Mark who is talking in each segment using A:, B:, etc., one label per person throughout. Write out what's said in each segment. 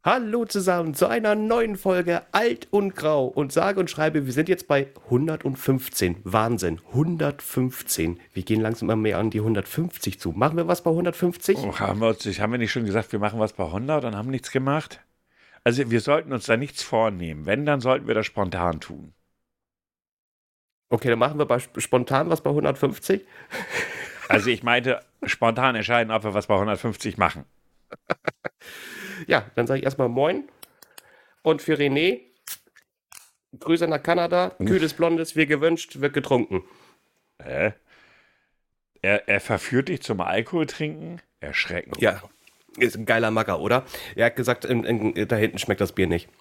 A: Hallo zusammen zu einer neuen Folge Alt und Grau und sage und schreibe, wir sind jetzt bei 115. Wahnsinn, 115. Wir gehen langsam immer mehr an die 150 zu. Machen wir was bei 150?
B: Oh, haben wir nicht schon gesagt, wir machen was bei 100 und haben nichts gemacht? Also wir sollten uns da nichts vornehmen. Wenn, dann sollten wir das spontan tun.
A: Okay, dann machen wir spontan was bei 150.
B: Also ich meinte, spontan entscheiden, ob wir was bei 150 machen.
A: Ja, dann sage ich erstmal Moin. Und für René, Grüße nach Kanada, kühles Blondes, wie gewünscht, wird getrunken.
B: Hä? Er verführt dich zum Alkohol trinken? Erschreckend.
A: Ja, ist ein geiler Macker, oder? Er hat gesagt, da hinten schmeckt das Bier nicht.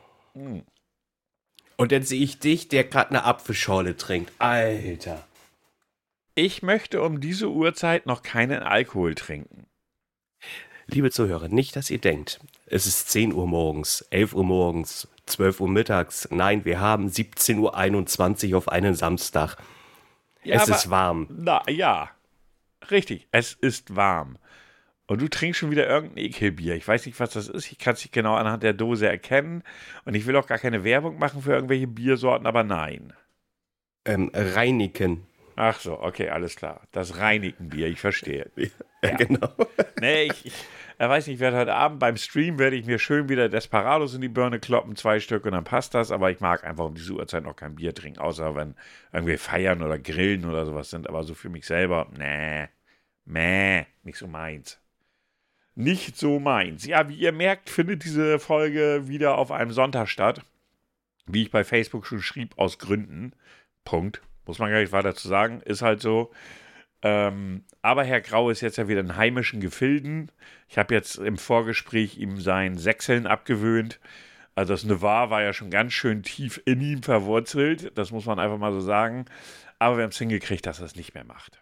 A: Und dann sehe ich dich, der gerade eine Apfelschorle trinkt. Alter.
B: Ich möchte um diese Uhrzeit noch keinen Alkohol trinken.
A: Liebe Zuhörer, nicht, dass ihr denkt, es ist 10 Uhr morgens, 11 Uhr morgens, 12 Uhr mittags. Nein, wir haben 17:21 Uhr auf einen Samstag.
B: Ja,
A: Es ist warm.
B: Na ja, richtig, es ist warm. Und du trinkst schon wieder irgendein Ekelbier. Ich weiß nicht, was das ist. Ich kann es nicht genau anhand der Dose erkennen. Und ich will auch gar keine Werbung machen für irgendwelche Biersorten, aber nein.
A: Reinigen.
B: Ach so, okay, alles klar. Das Reinigenbier, ich verstehe.
A: Ja, genau.
B: Nee, ich weiß nicht, ich werde heute Abend beim Stream, werde ich mir schön wieder Desperados in die Birne kloppen, 2 Stück und dann passt das. Aber ich mag einfach um diese Uhrzeit noch kein Bier trinken, außer wenn irgendwie feiern oder grillen oder sowas sind. Aber so für mich selber, nicht so meins. Nicht so meins. Ja, wie ihr merkt, findet diese Folge wieder auf einem Sonntag statt. Wie ich bei Facebook schon schrieb, aus Gründen. Punkt. Muss man gar nicht weiter zu sagen. Ist halt so. Aber Herr Grau ist jetzt ja wieder in heimischen Gefilden. Ich habe jetzt im Vorgespräch ihm sein Sächseln abgewöhnt. Also das Nevar war ja schon ganz schön tief in ihm verwurzelt. Das muss man einfach mal so sagen. Aber wir haben es hingekriegt, dass er es nicht mehr macht.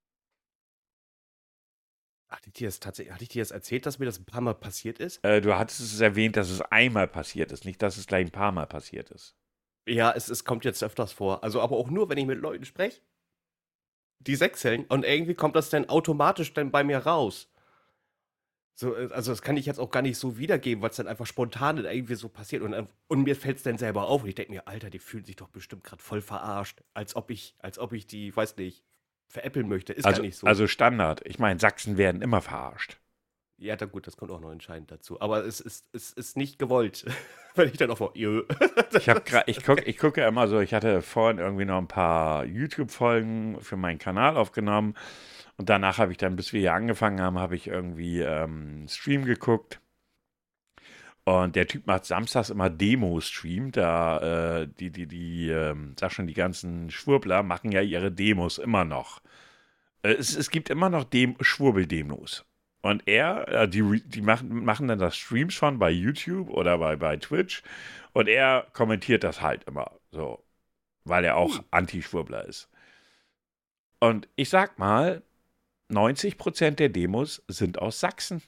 A: Hatte ich dir das erzählt, dass mir das ein paar Mal passiert ist?
B: Du hattest es erwähnt, dass es einmal passiert ist, nicht, dass es gleich ein paar Mal passiert ist.
A: Ja, es kommt jetzt öfters vor. Also aber auch nur, wenn ich mit Leuten spreche, die sechseln und irgendwie kommt das dann automatisch dann bei mir raus. So, also das kann ich jetzt auch gar nicht so wiedergeben, weil es dann einfach spontan dann irgendwie so passiert. Und mir fällt es dann selber auf. Und ich denke mir, Alter, die fühlen sich doch bestimmt gerade voll verarscht. Als ob ich die, weiß nicht, veräppeln möchte. Ist gar nicht so.
B: Also Standard. Ich meine, Sachsen werden immer verarscht.
A: Ja, dann gut, das kommt auch noch entscheidend dazu. Aber es ist nicht gewollt. Wenn ich dann auch vor.
B: Ich gucke ja immer so, ich hatte vorhin irgendwie noch ein paar YouTube-Folgen für meinen Kanal aufgenommen. Und danach habe ich dann, bis wir hier angefangen haben, habe ich irgendwie einen Stream geguckt. Und der Typ macht samstags immer Demo-Stream. Da, sag schon, die ganzen Schwurbler machen ja ihre Demos immer noch. Es gibt immer noch Schwurbel-Demos. Und die machen dann das Streams schon bei YouTube oder bei Twitch. Und er kommentiert das halt immer so, weil er auch Anti-Schwurbler ist. Und ich sag mal, 90% der Demos sind aus Sachsen.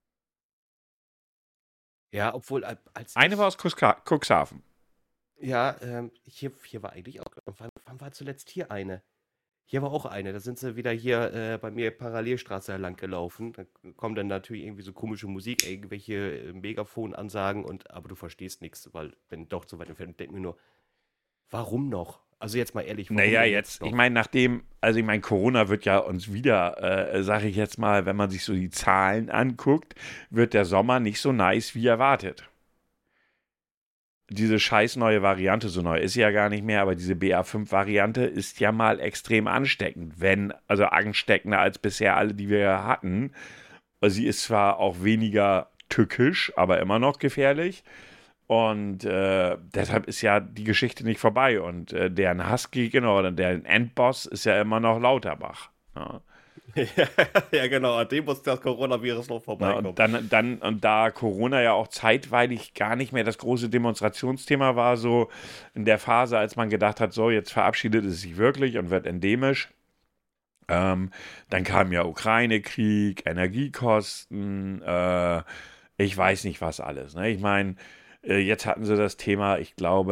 A: Ja, obwohl
B: Eine war aus Cuxhaven.
A: Ja, hier war eigentlich auch. Wann war zuletzt hier eine? Hier war auch eine. Da sind sie wieder hier bei mir Parallelstraße lang gelaufen. Da kommt dann natürlich irgendwie so komische Musik, irgendwelche Megafon-Ansagen aber du verstehst nichts, weil wenn doch so weit entfernt, denk mir nur, warum noch? Also jetzt mal ehrlich, warum
B: Naja,
A: denn
B: jetzt,
A: noch?
B: ich meine, Corona wird ja uns wieder, sage ich jetzt mal, wenn man sich so die Zahlen anguckt, wird der Sommer nicht so nice wie erwartet. Diese scheiß neue Variante, so neu ist sie ja gar nicht mehr, aber diese BA5-Variante ist ja mal extrem ansteckend, also ansteckender als bisher alle, die wir hatten. Sie ist zwar auch weniger tückisch, aber immer noch gefährlich. Und deshalb ist ja die Geschichte nicht vorbei. Und deren Husky, oder deren Endboss ist ja immer noch Lauterbach. Ja.
A: Ja, genau, an dem muss das Coronavirus noch
B: Ja,
A: vorbeikommen.
B: und da Corona ja auch zeitweilig gar nicht mehr das große Demonstrationsthema war, so in der Phase, als man gedacht hat, so, jetzt verabschiedet es sich wirklich und wird endemisch. Dann kam ja Ukraine-Krieg, Energiekosten, ich weiß nicht was alles. Ne? Ich meine, jetzt hatten sie das Thema, ich glaube,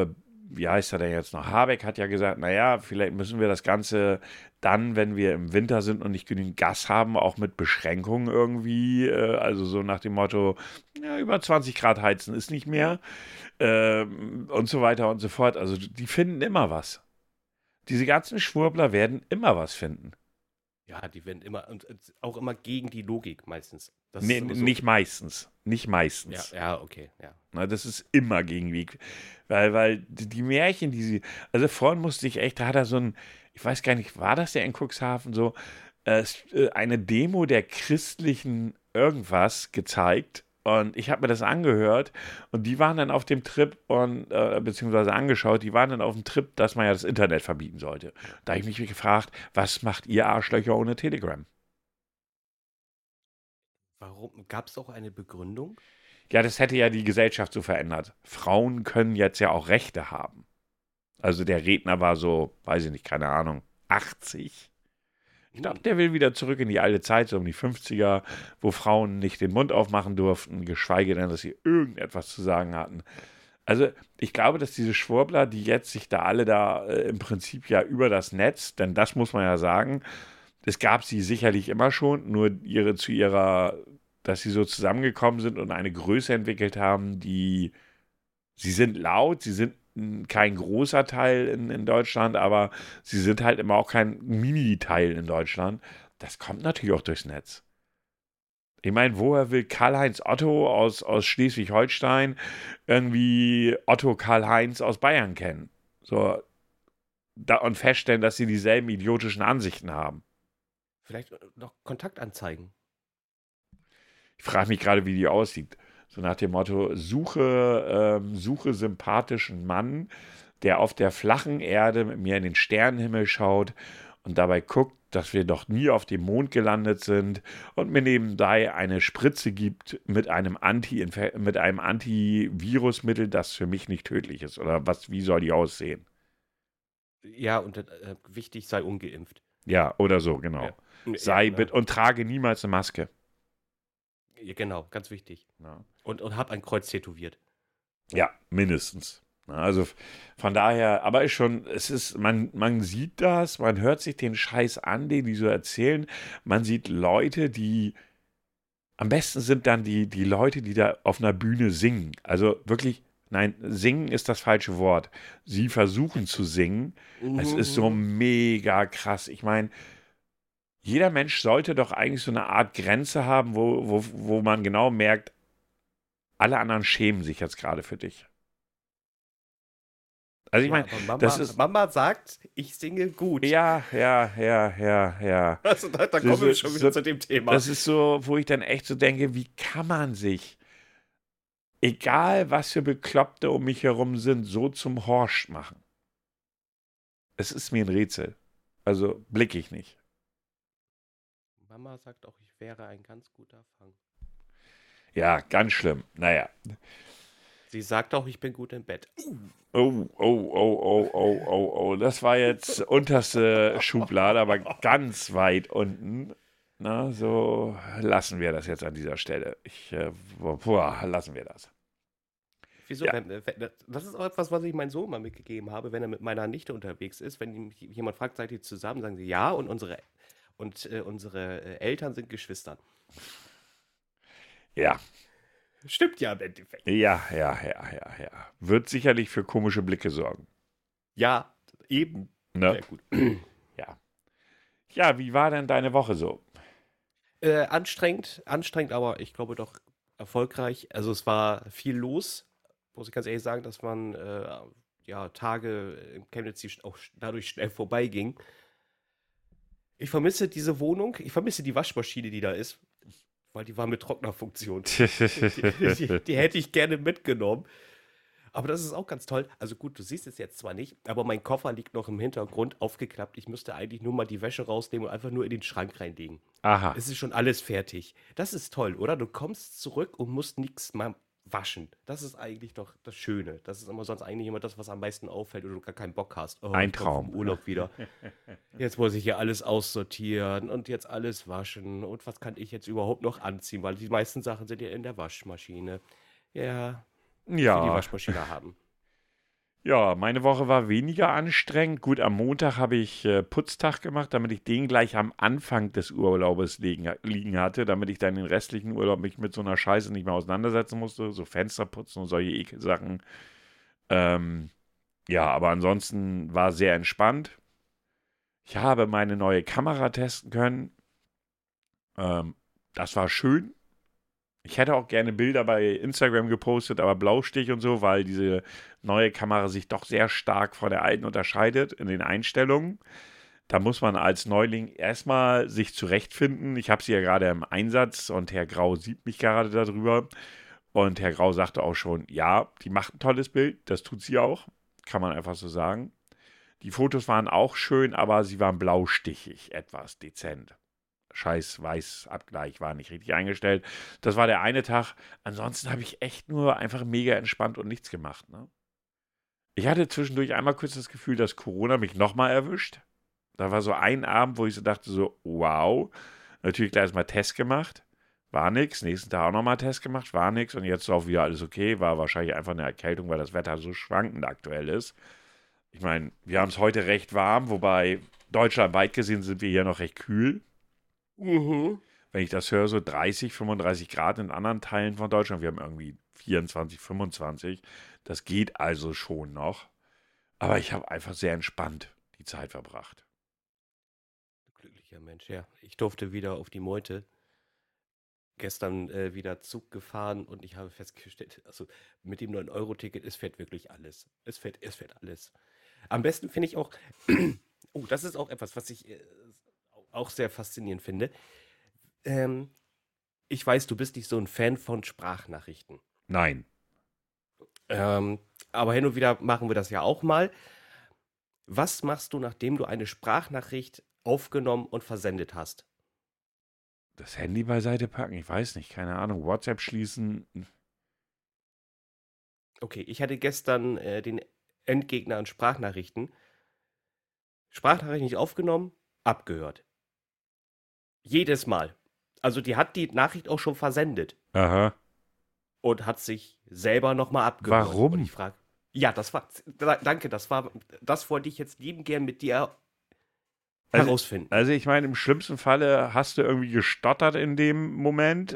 B: wie heißt er denn jetzt noch? Habeck hat ja gesagt, naja, vielleicht müssen wir das Ganze dann, wenn wir im Winter sind und nicht genügend Gas haben, auch mit Beschränkungen irgendwie, also so nach dem Motto, ja, über 20 Grad heizen ist nicht mehr und so weiter und so fort. Also die finden immer was. Diese ganzen Schwurbler werden immer was finden.
A: Ja, die werden immer und auch immer gegen die Logik meistens. Das ist
B: Nee,
A: immer so.
B: nicht meistens. Nicht
A: Ja,
B: meistens.
A: ja, okay, ja.
B: Na, das ist immer gegen Weg. Weil die Märchen, die sie. Also vorhin musste ich echt, da hat er so ein, ich weiß gar nicht, war das der in Cuxhaven so, eine Demo der christlichen irgendwas gezeigt. Und ich habe mir das angehört und die waren dann auf dem Trip und beziehungsweise angeschaut, die waren dann auf dem Trip, dass man ja das Internet verbieten sollte. Da habe ich mich gefragt, was macht ihr Arschlöcher ohne Telegram?
A: Warum? Gab es auch eine Begründung?
B: Ja, das hätte ja die Gesellschaft so verändert. Frauen können jetzt ja auch Rechte haben. Also der Redner war so, weiß ich nicht, keine Ahnung, 80. Ich glaube, der will wieder zurück in die alte Zeit, so um die 50er, wo Frauen nicht den Mund aufmachen durften, geschweige denn, dass sie irgendetwas zu sagen hatten. Also ich glaube, dass diese Schwurbler, die jetzt sich da alle da im Prinzip ja über das Netz, denn das muss man ja sagen, es gab sie sicherlich immer schon, nur dass sie so zusammengekommen sind und eine Größe entwickelt haben, sie sind laut, sie sind kein großer Teil in Deutschland, aber sie sind halt immer auch kein Mini-Teil in Deutschland. Das kommt natürlich auch durchs Netz. Ich meine, woher will Karl-Heinz Otto aus Schleswig-Holstein irgendwie Otto Karl-Heinz aus Bayern kennen? So, und feststellen, dass sie dieselben idiotischen Ansichten haben.
A: Vielleicht noch Kontaktanzeigen.
B: Ich frage mich gerade, wie die aussieht. So nach dem Motto, suche sympathischen Mann, der auf der flachen Erde mit mir in den Sternenhimmel schaut und dabei guckt, dass wir doch nie auf dem Mond gelandet sind und mir nebenbei eine Spritze gibt mit einem Antivirusmittel, das für mich nicht tödlich ist. Oder wie soll die aussehen?
A: Ja, und wichtig sei ungeimpft.
B: Ja, oder so, genau.
A: Ja, ne?
B: Und trage niemals eine Maske.
A: Ja, genau, ganz wichtig.
B: Ja.
A: Und hab ein Kreuz tätowiert.
B: Ja, mindestens. Also von daher, aber ist schon, man sieht das, man hört sich den Scheiß an, den die so erzählen. Man sieht Leute, am besten sind dann die Leute, die da auf einer Bühne singen. Also wirklich, nein, singen ist das falsche Wort. Sie versuchen zu singen. Es ist so mega krass. Ich meine, jeder Mensch sollte doch eigentlich so eine Art Grenze haben, wo man genau merkt, alle anderen schämen sich jetzt gerade für dich. Also ich
A: Ja,
B: meine,
A: aber
B: das ist.
A: Mama sagt, ich singe gut.
B: Ja.
A: Also da kommen wir schon wieder zu dem Thema.
B: Das ist so, wo ich dann echt so denke, wie kann man sich, egal was für Bekloppte um mich herum sind, so zum Horst machen? Es ist mir ein Rätsel. Also blicke ich nicht.
A: Mama sagt auch, ich wäre ein ganz guter Fang.
B: Ja, ganz schlimm. Naja.
A: Sie sagt auch, ich bin gut im Bett.
B: Oh. Das war jetzt unterste Schublade, aber ganz weit unten. Na, so lassen wir das jetzt an dieser Stelle. Lassen wir das.
A: Wieso?
B: Ja.
A: Das ist auch etwas, was ich meinem Sohn mal mitgegeben habe, wenn er mit meiner Nichte unterwegs ist. Wenn ihn jemand fragt, seid ihr zusammen? Sagen sie ja und unsere Eltern sind Geschwister.
B: Ja.
A: Stimmt ja im Endeffekt.
B: Ja. Wird sicherlich für komische Blicke sorgen.
A: Ja, eben.
B: Ne?
A: Sehr gut.
B: Ja. Ja, wie war denn deine Woche so?
A: Anstrengend, aber ich glaube doch erfolgreich. Also es war viel los, muss ich ganz ehrlich sagen, dass man Tage im Chemnitz die auch dadurch schnell vorbeiging. Ich vermisse diese Wohnung, ich vermisse die Waschmaschine, die da ist, weil die war mit Trocknerfunktion. Die hätte ich gerne mitgenommen. Aber das ist auch ganz toll. Also gut, du siehst es jetzt zwar nicht, aber mein Koffer liegt noch im Hintergrund aufgeklappt. Ich müsste eigentlich nur mal die Wäsche rausnehmen und einfach nur in den Schrank reinlegen.
B: Aha.
A: Es ist schon alles fertig. Das ist toll, oder? Du kommst zurück und musst nichts mal waschen. Das ist eigentlich doch das Schöne. Das ist immer sonst eigentlich immer das, was am meisten auffällt oder du gar keinen Bock hast. Oh,
B: Ein
A: ich komm
B: Traum.
A: vom Urlaub wieder. Jetzt muss ich hier alles aussortieren und jetzt alles waschen. Und was kann ich jetzt überhaupt noch anziehen? Weil die meisten Sachen sind ja in der Waschmaschine. Ja, ich will die
B: Ja.
A: Waschmaschine haben.
B: Ja, meine Woche war weniger anstrengend. Gut, am Montag habe ich Putztag gemacht, damit ich den gleich am Anfang des Urlaubes liegen hatte, damit ich dann den restlichen Urlaub mich mit so einer Scheiße nicht mehr auseinandersetzen musste, so Fenster putzen und solche Ekelsachen. Ähm, ja, aber ansonsten war sehr entspannt. Ich habe meine neue Kamera testen können. Das war schön. Ich hätte auch gerne Bilder bei Instagram gepostet, aber Blaustich und so, weil diese neue Kamera sich doch sehr stark von der alten unterscheidet in den Einstellungen. Da muss man als Neuling erstmal sich zurechtfinden. Ich habe sie ja gerade im Einsatz und Herr Grau sieht mich gerade darüber. Und Herr Grau sagte auch schon, ja, die macht ein tolles Bild, das tut sie auch, kann man einfach so sagen. Die Fotos waren auch schön, aber sie waren blaustichig, etwas dezent. Scheiß Weißabgleich war nicht richtig eingestellt. Das war der eine Tag. Ansonsten habe ich echt nur einfach mega entspannt und nichts gemacht. Ne? Ich hatte zwischendurch einmal kurz das Gefühl, dass Corona mich nochmal erwischt. Da war so ein Abend, wo ich so dachte, so, wow. Natürlich gleich mal Test gemacht. War nix. Nächsten Tag auch nochmal Test gemacht. War nix. Und jetzt ist auch wieder alles okay. War wahrscheinlich einfach eine Erkältung, weil das Wetter so schwankend aktuell ist. Ich meine, wir haben es heute recht warm, wobei deutschlandweit gesehen sind wir hier noch recht kühl.
A: Mhm.
B: Wenn ich das höre, so 30, 35 Grad in anderen Teilen von Deutschland. Wir haben irgendwie 24, 25. Das geht also schon noch. Aber ich habe einfach sehr entspannt die Zeit verbracht.
A: Glücklicher Mensch, ja. Ich durfte wieder auf die Meute. Gestern wieder Zug gefahren und ich habe festgestellt, also mit dem 9-Euro-Ticket, es fährt wirklich alles. Es fährt alles. Am besten finde ich auch, oh, das ist auch etwas, was ich auch sehr faszinierend finde. Ähm, Ich weiß, du bist nicht so ein Fan von Sprachnachrichten.
B: Nein,
A: Ähm, aber hin und wieder machen wir das ja auch mal. Was machst du, nachdem du eine Sprachnachricht aufgenommen und versendet hast?
B: das Handy beiseite packen, ich weiß nicht, keine Ahnung. WhatsApp schließen.
A: Okay, ich hatte gestern den Endgegner an Sprachnachrichten. Sprachnachricht nicht aufgenommen, abgehört. Jedes Mal. Also die hat die Nachricht auch schon versendet
B: Aha.
A: und hat sich selber nochmal abgehört. Und
B: Warum?
A: ich frage, ja, danke, das wollte ich jetzt lieben gern mit dir
B: Also,
A: herausfinden.
B: also ich meine, im schlimmsten Falle hast du irgendwie gestottert in dem Moment.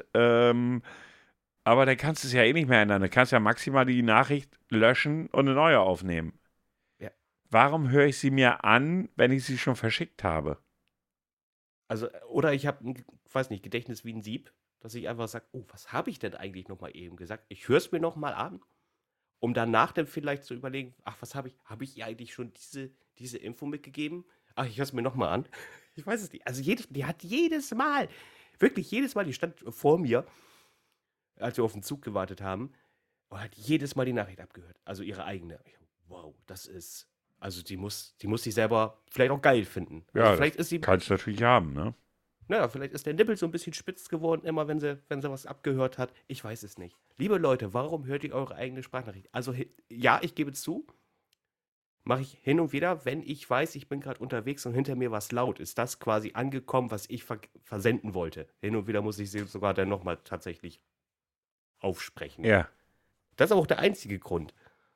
B: Aber dann kannst du es ja eh nicht mehr ändern. Du kannst ja maximal die Nachricht löschen und eine neue aufnehmen.
A: Ja.
B: Warum höre ich sie mir an, wenn ich sie schon verschickt habe?
A: Also, oder ich habe, weiß nicht, Gedächtnis wie ein Sieb, dass ich einfach sage, oh, was habe ich denn eigentlich nochmal eben gesagt? Ich höre es mir nochmal an, um danach dann vielleicht zu überlegen, ach, was habe ich? Habe ich ihr eigentlich schon diese Info mitgegeben? Ach, ich höre es mir nochmal an. Ich weiß es nicht. Also die hat jedes Mal, wirklich jedes Mal, die stand vor mir, als wir auf den Zug gewartet haben, und hat jedes Mal die Nachricht abgehört. Also ihre eigene. Wow, das ist. Also die muss sich selber vielleicht auch geil finden. Also
B: Ja, das
A: vielleicht ist sie,
B: kannst du natürlich haben, ne?
A: naja, vielleicht ist der Nippel so ein bisschen spitz geworden, immer wenn sie was abgehört hat. Ich weiß es nicht. Liebe Leute, warum hört ihr eure eigene Sprachnachricht? Also ja, ich gebe zu, mache ich hin und wieder, wenn ich weiß, ich bin gerade unterwegs und hinter mir was laut, ist das quasi angekommen, was ich versenden wollte. Hin und wieder muss ich sie sogar dann nochmal tatsächlich aufsprechen.
B: Ja.
A: Das ist aber auch der einzige Grund.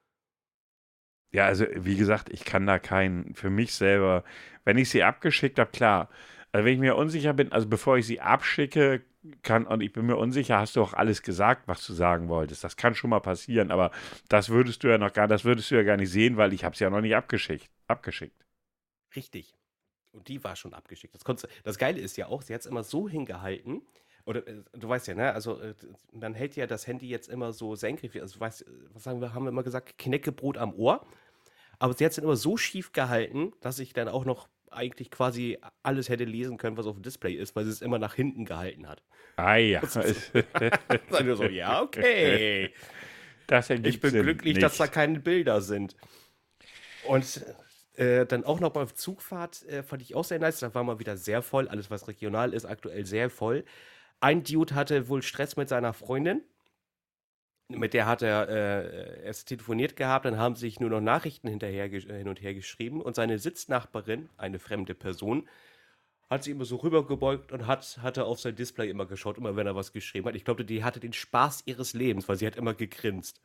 B: Ja, also wie gesagt, ich kann da keinen, für mich selber, wenn ich sie abgeschickt habe, klar. Also wenn ich mir unsicher bin, also bevor ich sie abschicke, kann, und ich bin mir unsicher, hast du auch alles gesagt, was du sagen wolltest. Das kann schon mal passieren, aber das würdest du ja gar nicht sehen, weil ich habe es ja noch nicht abgeschickt.
A: Richtig. Und die war schon abgeschickt. Das Geile ist ja auch, sie hat es immer so hingehalten. Oder du weißt ja, ne? Also man hält ja das Handy jetzt immer so senkrecht. Also du weißt, was haben wir immer gesagt? Knäckebrot am Ohr. Aber sie hat es dann immer so schief gehalten, dass ich dann auch noch eigentlich quasi alles hätte lesen können, was auf dem Display ist, weil sie es immer nach hinten gehalten hat.
B: Ah ja.
A: Das ist so, dann so, ja, okay.
B: Das
A: Ich
B: ergibt
A: bin
B: Sinn.
A: glücklich, dass da
B: Nicht.
A: keine Bilder sind. Und dann auch noch beim Zugfahrt fand ich auch sehr nice. Da war mal wieder sehr voll. Alles, was regional ist, aktuell sehr voll. Ein Dude hatte wohl Stress mit seiner Freundin. Mit der hat er erst telefoniert gehabt, dann haben sich nur noch Nachrichten hin und her geschrieben. Und seine Sitznachbarin, eine fremde Person, hat sich immer so rübergebeugt und hatte auf sein Display immer geschaut, immer wenn er was geschrieben hat. Ich glaube, die hatte den Spaß ihres Lebens, weil sie hat immer gegrinst.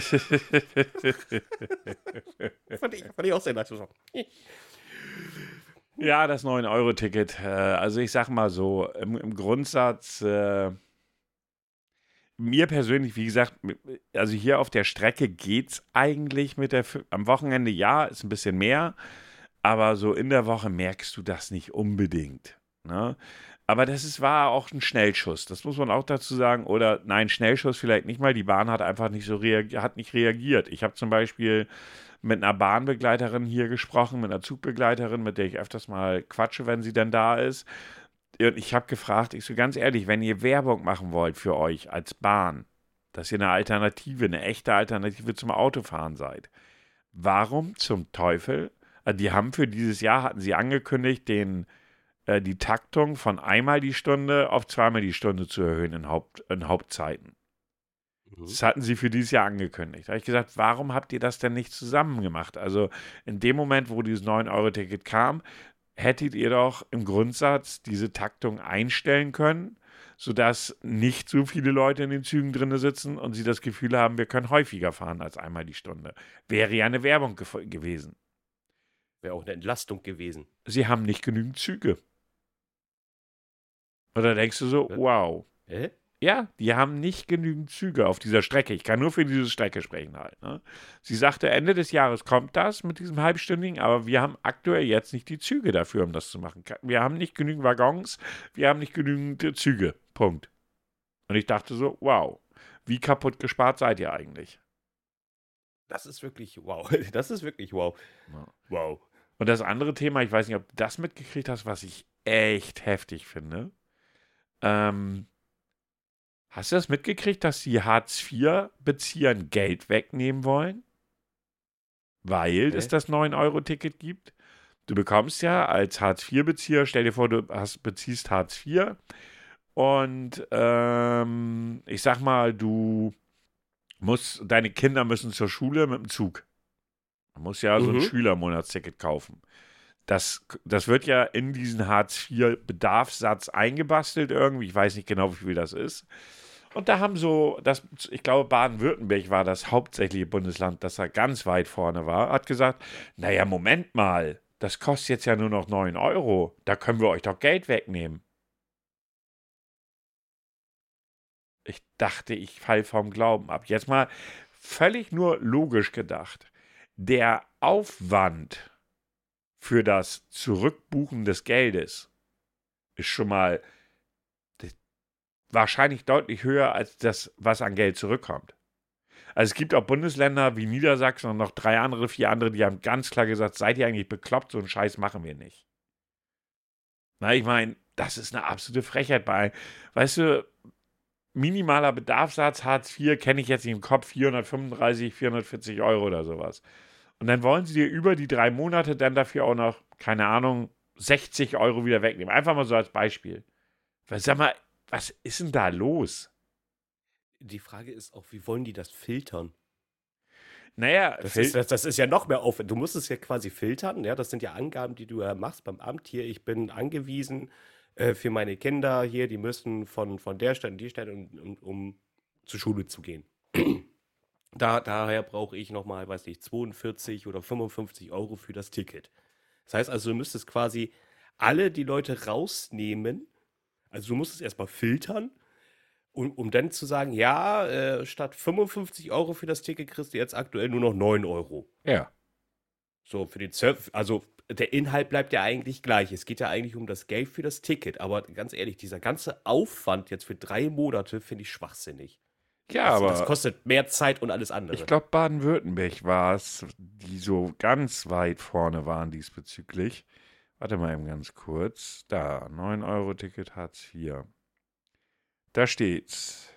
A: Fand ich auch sehr nice.
B: Ja, das 9-Euro-Ticket. Also ich sag mal so, im Grundsatz, mir persönlich, wie gesagt, also hier auf der Strecke geht's eigentlich am Wochenende, ja, ist ein bisschen mehr, aber so in der Woche merkst du das nicht unbedingt. Ne? Aber war auch ein Schnellschuss, das muss man auch dazu sagen. Oder nein, Schnellschuss vielleicht nicht mal, die Bahn hat einfach nicht hat nicht reagiert. Ich habe zum Beispiel mit einer Bahnbegleiterin hier gesprochen, mit einer Zugbegleiterin, mit der ich öfters mal quatsche, wenn sie denn da ist. Und ich habe gefragt, ich so ganz ehrlich, wenn ihr Werbung machen wollt für euch als Bahn, dass ihr eine Alternative, eine echte Alternative zum Autofahren seid, warum zum Teufel? Also die haben für dieses Jahr, hatten sie angekündigt, die Taktung von einmal die Stunde auf zweimal die Stunde zu erhöhen in Hauptzeiten. Das hatten sie für dieses Jahr angekündigt. Da habe ich gesagt, warum habt ihr das denn nicht zusammen gemacht? Also in dem Moment, wo dieses 9-Euro-Ticket kam, hättet ihr doch im Grundsatz diese Taktung einstellen können, sodass nicht so viele Leute in den Zügen drin sitzen und sie das Gefühl haben, wir können häufiger fahren als einmal die Stunde. Wäre ja eine Werbung gewesen.
A: Wäre auch eine Entlastung gewesen.
B: Sie haben nicht genügend Züge. Oder denkst du so, wow. Ja, die haben nicht genügend Züge auf dieser Strecke. Ich kann nur für diese Strecke sprechen halt. Ne? Sie sagte, Ende des Jahres kommt das mit diesem halbstündigen, aber wir haben aktuell jetzt nicht die Züge dafür, um das zu machen. Wir haben nicht genügend Waggons, wir haben nicht genügend Züge. Punkt. Und ich dachte so, wow, wie kaputt gespart seid ihr eigentlich?
A: Das ist wirklich wow. Das ist wirklich wow.
B: Ja.
A: Wow.
B: Und das andere Thema, ich weiß nicht, ob du das mitgekriegt hast, was ich echt heftig finde. Hast du das mitgekriegt, dass die Hartz-IV-Beziehern Geld wegnehmen wollen? Weil es das 9-Euro-Ticket gibt? Du bekommst ja als Hartz-IV-Bezieher, stell dir vor, du beziehst Hartz IV und ich sag mal, deine Kinder müssen zur Schule mit dem Zug. Man muss ja so ein Schülermonatsticket kaufen. Das wird ja in diesen Hartz-IV-Bedarfssatz eingebastelt irgendwie. Ich weiß nicht genau, wie viel das ist. Und da haben ich glaube, Baden-Württemberg war das hauptsächliche Bundesland, das da ganz weit vorne war, hat gesagt, naja, Moment mal, das kostet jetzt ja nur noch 9 Euro. Da können wir euch doch Geld wegnehmen. Ich dachte, ich falle vom Glauben ab. Jetzt mal völlig nur logisch gedacht. Der Aufwand für das Zurückbuchen des Geldes ist schon mal wahrscheinlich deutlich höher als das, was an Geld zurückkommt. Also es gibt auch Bundesländer wie Niedersachsen und noch 4 andere, die haben ganz klar gesagt, seid ihr eigentlich bekloppt, so einen Scheiß machen wir nicht. Na, ich meine, das ist eine absolute Frechheit weißt du, minimaler Bedarfssatz Hartz IV kenne ich jetzt nicht im Kopf, 435, 440 Euro oder sowas. Und dann wollen sie dir über die 3 Monate dann dafür auch noch, keine Ahnung, 60 Euro wieder wegnehmen. Einfach mal so als Beispiel. Sag mal, was ist denn da los?
A: Die Frage ist auch, wie wollen die das filtern?
B: Naja,
A: das ist ja noch mehr Aufwand. Du musst es ja quasi filtern. Ja, das sind ja Angaben, die du ja machst beim Amt. Hier, ich bin angewiesen für meine Kinder hier, die müssen von der Stadt in die Stadt, um zur Schule zu gehen. Daher brauche ich nochmal, weiß nicht, 42 oder 55 Euro für das Ticket. Das heißt also, du müsstest quasi alle die Leute rausnehmen. Also du musst es erstmal filtern, um dann zu sagen, ja, statt 55 Euro für das Ticket kriegst du jetzt aktuell nur noch 9 Euro.
B: Ja.
A: So, für den also der Inhalt bleibt ja eigentlich gleich. Es geht ja eigentlich um das Geld für das Ticket. Aber ganz ehrlich, dieser ganze Aufwand jetzt für 3 Monate finde ich schwachsinnig.
B: Ja, aber
A: das kostet mehr Zeit und alles andere.
B: Ich glaube, Baden-Württemberg war es, die so ganz weit vorne waren diesbezüglich. Warte mal eben ganz kurz. Da, 9-Euro-Ticket Hartz IV. Da steht's.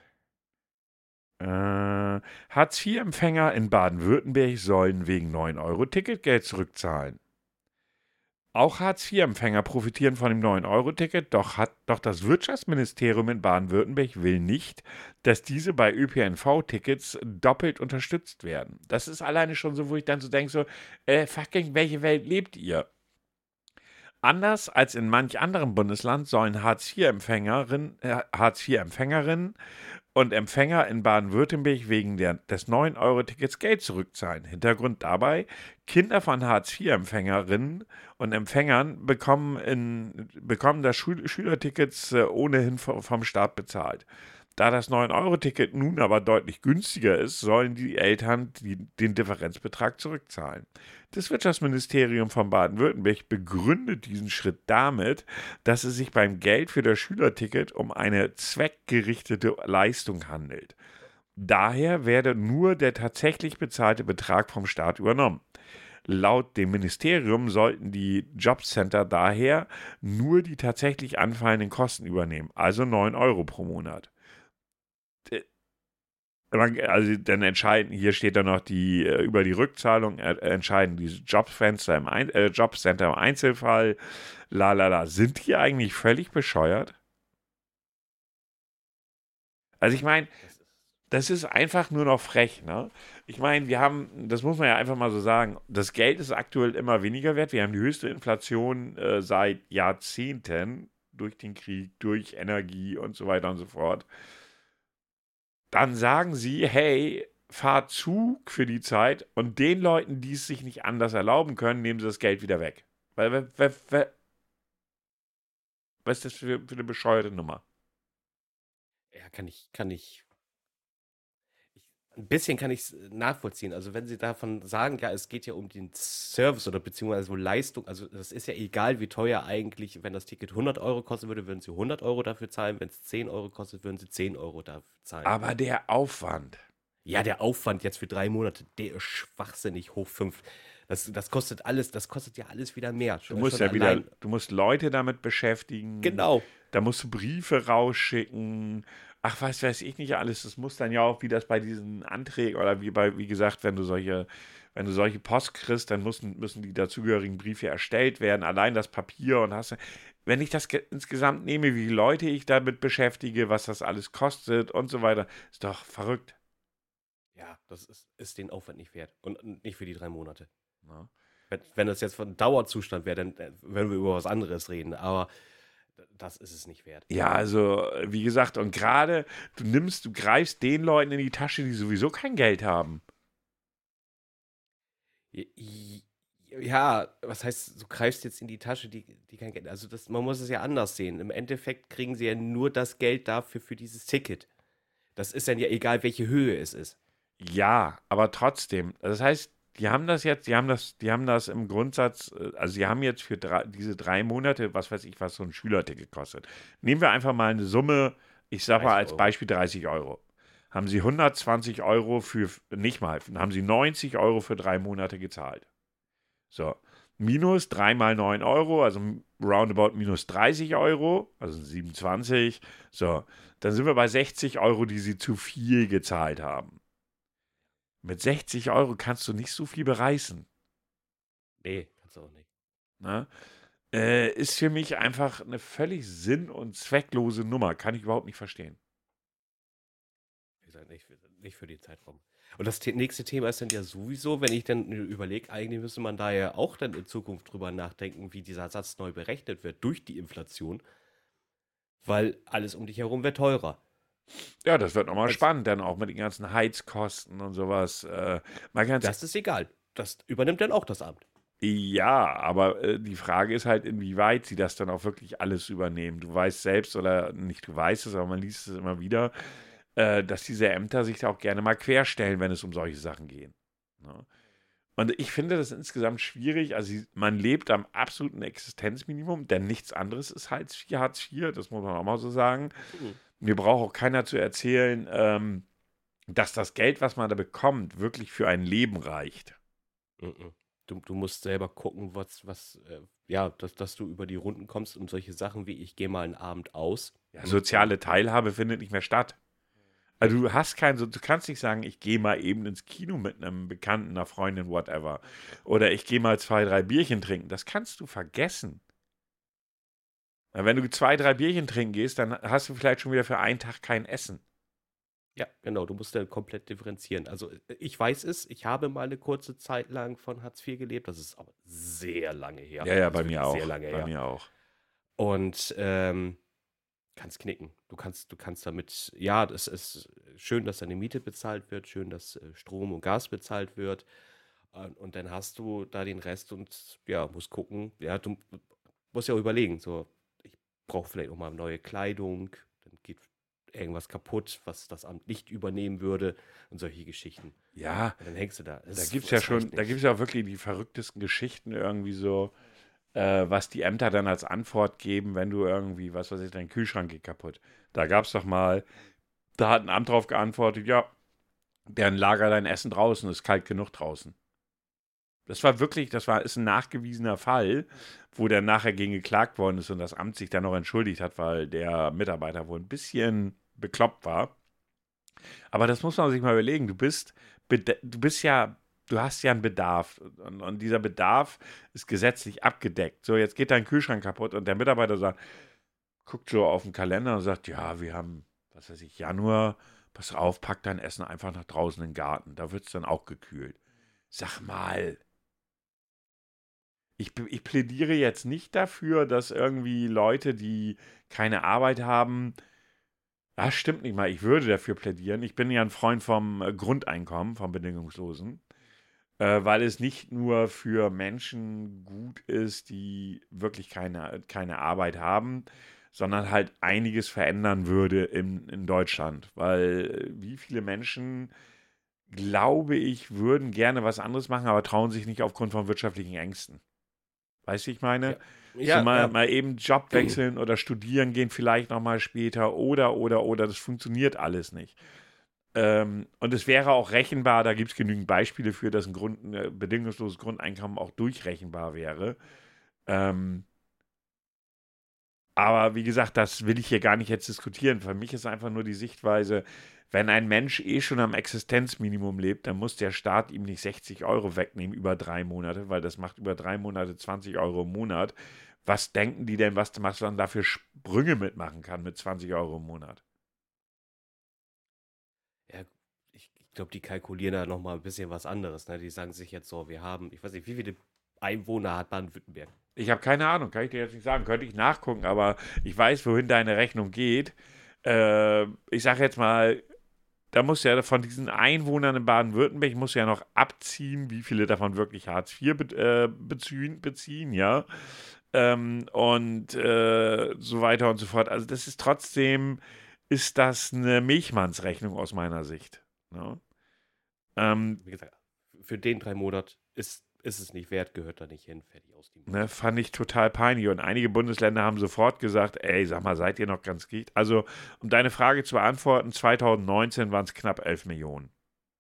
B: Hartz-IV-Empfänger in Baden-Württemberg sollen wegen 9-Euro-Ticketgeld zurückzahlen. Auch Hartz-IV-Empfänger profitieren von dem 9-Euro-Ticket, doch das Wirtschaftsministerium in Baden-Württemberg will nicht, dass diese bei ÖPNV-Tickets doppelt unterstützt werden. Das ist alleine schon so, wo ich dann so denke, fucking, welche Welt lebt ihr? Anders als in manch anderem Bundesland sollen Hartz-IV-Empfängerinnen und Empfänger in Baden-Württemberg wegen des 9-Euro-Tickets Geld zurückzahlen. Hintergrund dabei: Kinder von Hartz-IV-Empfängerinnen und Empfängern bekommen das Schülertickets ohnehin vom Staat bezahlt. Da das 9-Euro-Ticket nun aber deutlich günstiger ist, sollen die Eltern den Differenzbetrag zurückzahlen. Das Wirtschaftsministerium von Baden-Württemberg begründet diesen Schritt damit, dass es sich beim Geld für das Schülerticket um eine zweckgerichtete Leistung handelt. Daher werde nur der tatsächlich bezahlte Betrag vom Staat übernommen. Laut dem Ministerium sollten die Jobcenter daher nur die tatsächlich anfallenden Kosten übernehmen, also 9 Euro pro Monat. Also dann entscheiden, hier steht dann noch über die Rückzahlung entscheiden die Jobcenter im Einzelfall. Sind die eigentlich völlig bescheuert? Also ich meine, das ist einfach nur noch frech, ne? Ich meine, das muss man ja einfach mal so sagen, das Geld ist aktuell immer weniger wert. Wir haben die höchste Inflation seit Jahrzehnten durch den Krieg, durch Energie und so weiter und so fort. Dann sagen sie, hey, fahr Zug für die Zeit und den Leuten, die es sich nicht anders erlauben können, nehmen sie das Geld wieder weg. Was ist das für eine bescheuerte Nummer?
A: Ja, ein bisschen kann ich es nachvollziehen. Also wenn Sie davon sagen, ja, es geht ja um den Service oder beziehungsweise um Leistung, also das ist ja egal, wie teuer eigentlich, wenn das Ticket 100 Euro kosten würde, würden Sie 100 Euro dafür zahlen, wenn es 10 Euro kostet, würden Sie 10 Euro dafür zahlen.
B: Aber der Aufwand.
A: Ja, der Aufwand jetzt für 3 Monate, der ist schwachsinnig hoch 5. Das kostet alles, das kostet ja alles wieder mehr.
B: Du musst ja wieder, du musst Leute damit beschäftigen.
A: Genau.
B: Da musst du Briefe rausschicken. Ach, was weiß ich nicht alles. Das muss dann ja auch, wie das bei diesen Anträgen oder wie gesagt, wenn du solche Post kriegst, dann müssen die dazugehörigen Briefe erstellt werden. Allein das Papier und wenn ich das insgesamt nehme, wie viele Leute ich damit beschäftige, was das alles kostet und so weiter, ist doch verrückt.
A: Ja, das ist den Aufwand nicht wert. Und nicht für die 3 Monate.
B: Ja.
A: Wenn das jetzt von Dauerzustand wäre, dann würden wir über was anderes reden. Aber das ist es nicht wert.
B: Ja, also, wie gesagt, und gerade du greifst den Leuten in die Tasche, die sowieso kein Geld haben.
A: Ja, was heißt, du greifst jetzt in die Tasche, die kein Geld. Also man muss es ja anders sehen. Im Endeffekt kriegen sie ja nur das Geld dafür für dieses Ticket. Das ist dann ja egal, welche Höhe es ist.
B: Ja, aber trotzdem. Das heißt, die haben das im Grundsatz, also sie haben jetzt für diese 3 Monate, was weiß ich, was so ein Schülerticket kostet. Nehmen wir einfach mal eine Summe, ich sag mal
A: 30
B: als
A: Euro.
B: Beispiel 30 Euro. Haben sie 120 Euro nicht mal, haben sie 90 Euro für 3 Monate gezahlt. So, minus 3 mal 9 Euro, also roundabout minus 30 Euro, also 27. So, dann sind wir bei 60 Euro, die sie zu viel gezahlt haben. Mit 60 Euro kannst du nicht so viel bereißen.
A: Nee, kannst du auch nicht.
B: Ne? Ist für mich einfach eine völlig sinn- und zwecklose Nummer. Kann ich überhaupt nicht verstehen.
A: Wie gesagt, nicht für den Zeitraum. Und das nächste Thema ist dann ja sowieso, wenn ich dann überlege, eigentlich müsste man da ja auch dann in Zukunft drüber nachdenken, wie dieser Satz neu berechnet wird durch die Inflation. Weil alles um dich herum wird teurer.
B: Ja, das wird nochmal
A: Also,
B: spannend, dann auch mit den ganzen Heizkosten und sowas.
A: das ist egal. Das übernimmt dann auch das Amt.
B: Ja, aber die Frage ist halt, inwieweit sie das dann auch wirklich alles übernehmen. Du weißt selbst, oder nicht du weißt es, aber man liest es immer wieder, dass diese Ämter sich da auch gerne mal querstellen, wenn es um solche Sachen geht. Ne? Und ich finde das insgesamt schwierig. Also man lebt am absoluten Existenzminimum, denn nichts anderes ist Hartz IV, das muss man auch mal so sagen.
A: Mhm.
B: Mir braucht auch keiner zu erzählen, dass das Geld, was man da bekommt, wirklich für ein Leben reicht.
A: Mhm. Du musst selber gucken, ja, dass du über die Runden kommst und solche Sachen wie ich gehe mal einen Abend aus.
B: Ja, soziale Teilhabe findet nicht mehr statt. Also du kannst nicht sagen, ich gehe mal eben ins Kino mit einem Bekannten, einer Freundin, whatever. Oder ich gehe mal 2, 3 Bierchen trinken. Das kannst du vergessen. Wenn du 2, 3 Bierchen trinken gehst, dann hast du vielleicht schon wieder für einen Tag kein Essen.
A: Ja, genau, du musst dann komplett differenzieren. Also ich weiß es, ich habe mal eine kurze Zeit lang von Hartz IV gelebt, das ist aber sehr lange her.
B: Ja, ja,
A: Das
B: bei
A: ist
B: mir
A: wirklich sehr
B: auch.
A: lange
B: Bei
A: her.
B: mir auch.
A: Und kannst knicken. Du kannst damit, ja, das ist schön, dass deine Miete bezahlt wird, schön, dass Strom und Gas bezahlt wird. Und dann hast du da den Rest und ja, musst gucken. Ja, du musst ja auch überlegen, so, ich brauche vielleicht auch mal neue Kleidung, dann geht irgendwas kaputt, was das Amt nicht übernehmen würde und solche Geschichten.
B: Ja,
A: Und dann hängst du da.
B: da
A: Es,
B: gibt es ja
A: es
B: schon,
A: reicht
B: da gibt
A: nicht.
B: es ja auch wirklich die verrücktesten Geschichten irgendwie so, was die Ämter dann als Antwort geben, wenn du irgendwie, was weiß ich, dein Kühlschrank geht kaputt. Da gab es doch mal, da hat ein Amt drauf geantwortet, ja, dann lager dein Essen draußen, ist kalt genug draußen. Das war wirklich, ist ein nachgewiesener Fall, wo dann nachher gegen geklagt worden ist und das Amt sich dann noch entschuldigt hat, weil der Mitarbeiter wohl ein bisschen bekloppt war. Aber das muss man sich mal überlegen. Du bist ja, du hast ja einen Bedarf und dieser Bedarf ist gesetzlich abgedeckt. So, jetzt geht dein Kühlschrank kaputt und der Mitarbeiter sagt, guckt so auf den Kalender und sagt, ja, wir haben, was weiß ich, Januar, pass auf, pack dein Essen einfach nach draußen in den Garten. Da wird es dann auch gekühlt. Sag mal, ich plädiere jetzt nicht dafür, dass irgendwie Leute, die keine Arbeit haben, das stimmt nicht mal, ich würde dafür plädieren. Ich bin ja ein Freund vom Grundeinkommen, vom Bedingungslosen, weil es nicht nur für Menschen gut ist, die wirklich keine Arbeit haben, sondern halt einiges verändern würde in Deutschland. Weil wie viele Menschen, glaube ich, würden gerne was anderes machen, aber trauen sich nicht aufgrund von wirtschaftlichen Ängsten. Weißt du, ich meine?
A: Ja,
B: So
A: ja,
B: mal eben Job wechseln oder studieren gehen vielleicht nochmal später oder, das funktioniert alles nicht. Und es wäre auch rechenbar, da gibt es genügend Beispiele für, dass ein bedingungsloses Grundeinkommen auch durchrechenbar wäre. Ähm, aber wie gesagt, das will ich hier gar nicht jetzt diskutieren. Für mich ist einfach nur die Sichtweise, wenn ein Mensch eh schon am Existenzminimum lebt, dann muss der Staat ihm nicht 60 Euro wegnehmen über 3 Monate, weil das macht über 3 Monate 20 Euro im Monat. Was denken die denn, was man da für Sprünge mitmachen kann mit 20 Euro im Monat?
A: ja, ich glaube, die kalkulieren da nochmal ein bisschen was anderes. Ne? Die sagen sich jetzt so, wir haben, ich weiß nicht, wie viele Einwohner hat Baden-Württemberg?
B: Ich habe keine Ahnung, kann ich dir jetzt nicht sagen. Könnte ich nachgucken, aber ich weiß, wohin deine Rechnung geht. Ich sage jetzt mal, da muss ja von diesen Einwohnern in Baden-Württemberg, muss ja noch abziehen, wie viele davon wirklich Hartz IV beziehen, ja. Und so weiter und so fort. Also das ist trotzdem, ist das eine Milchmannsrechnung aus meiner Sicht. Ne? Ähm,
A: Wie gesagt, für den 3 Monate ist es nicht wert, gehört da nicht hin, fertig aus die
B: Ne,
A: Maus.
B: fand ich total peinlich. Und einige Bundesländer haben sofort gesagt, ey, sag mal, seid ihr noch ganz geht? Also, um deine Frage zu beantworten, 2019 waren es knapp 11 Millionen.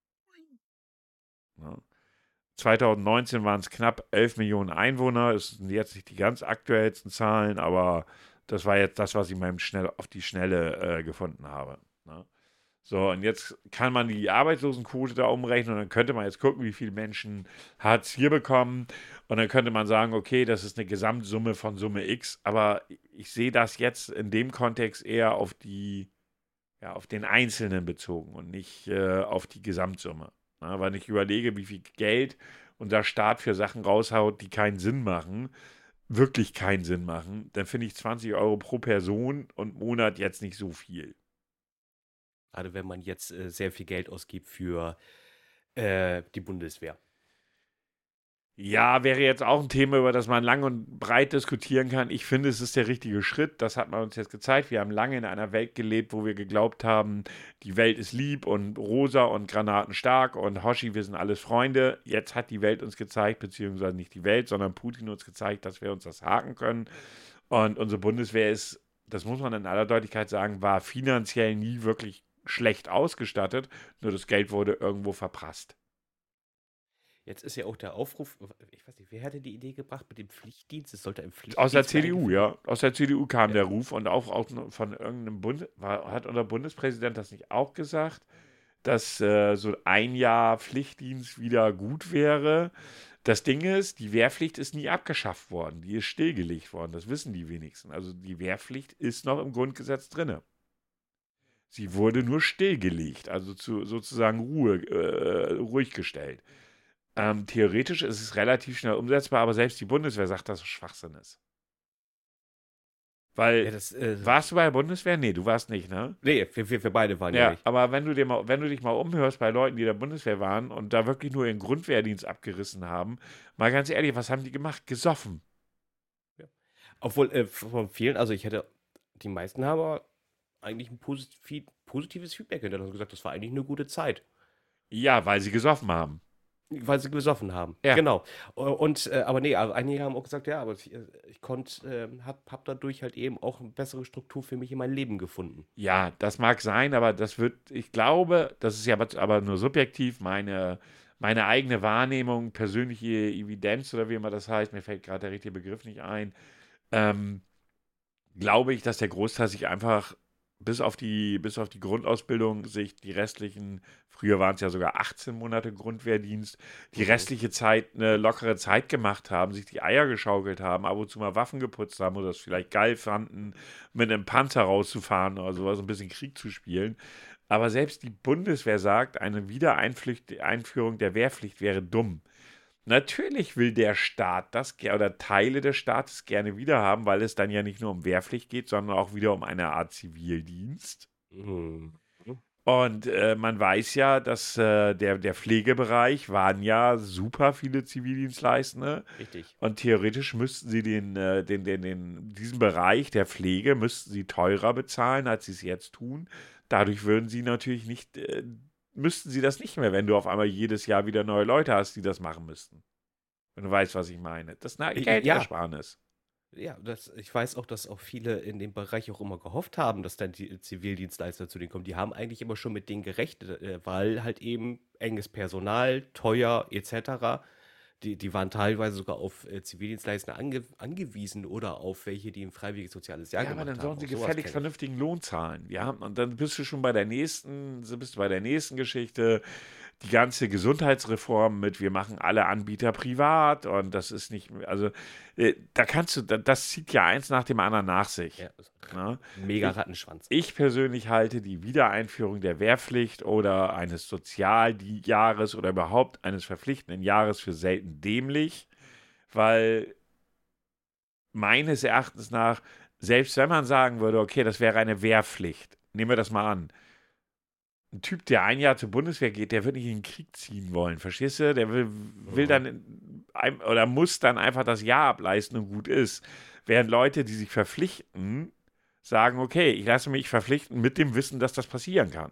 B: Ne? 2019 waren es knapp 11 Millionen Einwohner. Es sind jetzt nicht die ganz aktuellsten Zahlen, aber das war jetzt das, was ich mal auf die Schnelle gefunden habe. Ne? So, und jetzt kann man die Arbeitslosenquote da umrechnen und dann könnte man jetzt gucken, wie viele Menschen Hartz IV bekommen. Und dann könnte man sagen, okay, das ist eine Gesamtsumme von Summe X, aber ich sehe das jetzt in dem Kontext eher auf den Einzelnen bezogen und nicht auf die Gesamtsumme. Na, weil ich überlege, wie viel Geld unser Staat für Sachen raushaut, die keinen Sinn machen, wirklich keinen Sinn machen, dann finde ich 20 Euro pro Person und Monat jetzt nicht so viel.
A: Gerade wenn man jetzt sehr viel Geld ausgibt für die Bundeswehr.
B: Ja, wäre jetzt auch ein Thema, über das man lang und breit diskutieren kann. Ich finde, es ist der richtige Schritt. Das hat man uns jetzt gezeigt. Wir haben lange in einer Welt gelebt, wo wir geglaubt haben, die Welt ist lieb und rosa und granatenstark und Hoshi, wir sind alles Freunde. Jetzt hat die Welt uns gezeigt, beziehungsweise nicht die Welt, sondern Putin uns gezeigt, dass wir uns das haken können. Und unsere Bundeswehr ist, das muss man in aller Deutlichkeit sagen, war finanziell nie wirklich schlecht ausgestattet. Nur das Geld wurde irgendwo verprasst.
A: Jetzt ist ja auch der Aufruf, ich weiß nicht, wer hatte die Idee gebracht mit dem Pflichtdienst? Es sollte ein
B: Aus der
A: Pflichtdienst mehr
B: CDU,
A: eingeführt werden.
B: ja. Aus der CDU kam
A: Ja,
B: der Ruf und auch von irgendeinem hat unser Bundespräsident das nicht auch gesagt, dass so ein Jahr Pflichtdienst wieder gut wäre. Das Ding ist, die Wehrpflicht ist nie abgeschafft worden, die ist stillgelegt worden, das wissen die wenigsten. Also die Wehrpflicht ist noch im Grundgesetz drinne. Sie wurde nur stillgelegt, also sozusagen ruhig gestellt. Theoretisch ist es relativ schnell umsetzbar, aber selbst die Bundeswehr sagt, dass es Schwachsinn ist.
A: Ja,
B: Weil, warst du bei der Bundeswehr? Nee, du warst nicht, ne?
A: nee, wir beide waren ja
B: Ja,
A: nicht.
B: aber wenn du dich mal umhörst bei Leuten, die in der Bundeswehr waren und da wirklich nur ihren Grundwehrdienst abgerissen haben, mal ganz ehrlich, was haben die gemacht? Gesoffen.
A: Ja. Obwohl, von vielen, also die meisten haben aber eigentlich ein positives Feedback hinterlassen und gesagt, das war eigentlich eine gute Zeit.
B: Ja, weil sie gesoffen haben.
A: Weil sie gesoffen haben.
B: Ja.
A: Genau. Aber nee, also einige haben auch gesagt, ja, aber ich konnte, hab dadurch halt eben auch eine bessere Struktur für mich in mein Leben gefunden.
B: Ja, das mag sein, aber ich glaube, das ist ja aber nur subjektiv, meine eigene Wahrnehmung, persönliche Evidenz oder wie immer das heißt, mir fällt gerade der richtige Begriff nicht ein, ähm, glaube ich, dass der Großteil sich einfach bis auf die Grundausbildung sich die restlichen, früher waren es ja sogar 18 Monate Grundwehrdienst, die
A: Mhm.
B: restliche Zeit eine lockere Zeit gemacht haben, sich die Eier geschaukelt haben, ab und zu mal Waffen geputzt haben oder es vielleicht geil fanden, mit einem Panzer rauszufahren oder sowas, ein bisschen Krieg zu spielen. Aber selbst die Bundeswehr sagt, eine Wiedereinführung der Wehrpflicht wäre dumm. Natürlich will der Staat oder Teile des Staates gerne wieder haben, weil es dann ja nicht nur um Wehrpflicht geht, sondern auch wieder um eine Art Zivildienst.
A: Mhm.
B: Und man weiß ja, dass der Pflegebereich waren ja super viele Zivildienstleistende.
A: Richtig.
B: Und theoretisch müssten sie diesen Bereich der Pflege müssten sie teurer bezahlen, als sie es jetzt tun. Dadurch würden sie natürlich nicht, müssten sie das nicht mehr, wenn du auf einmal jedes Jahr wieder neue Leute hast, die das machen müssten. Wenn du weißt, was ich meine. Das ist eine
A: Ja,
B: Geldersparnis.
A: ja, ich weiß auch, dass auch viele in dem Bereich auch immer gehofft haben, dass dann die Zivildienstleister zu denen kommen. Die haben eigentlich immer schon mit denen gerechnet, weil halt eben enges Personal, teuer etc. Die waren teilweise sogar auf Zivildienstleister angewiesen oder auf welche, die ein freiwilliges soziales Jahr
B: Ja, aber dann
A: gemacht haben.
B: sollen sie
A: Auch sowas
B: gefälligst
A: kenne ich.
B: vernünftigen Lohn zahlen. Ja, und dann bist du bei der nächsten Geschichte. Die ganze Gesundheitsreform mit, wir machen alle Anbieter privat und das ist nicht, also da kannst du, das zieht ja eins nach dem anderen nach sich.
A: Ja,
B: Ne?
A: mega
B: Ich,
A: Rattenschwanz.
B: ich persönlich halte die Wiedereinführung der Wehrpflicht oder eines Sozialjahres oder überhaupt eines verpflichtenden Jahres für selten dämlich, weil meines Erachtens nach, selbst wenn man sagen würde, okay, das wäre eine Wehrpflicht, nehmen wir das mal an. Ein Typ, der ein Jahr zur Bundeswehr geht, der wird nicht in den Krieg ziehen wollen, verstehst du? Der will
A: Mhm.
B: dann oder muss dann einfach das Jahr ableisten und gut ist. Während Leute, die sich verpflichten, sagen, okay, ich lasse mich verpflichten mit dem Wissen, dass das passieren kann.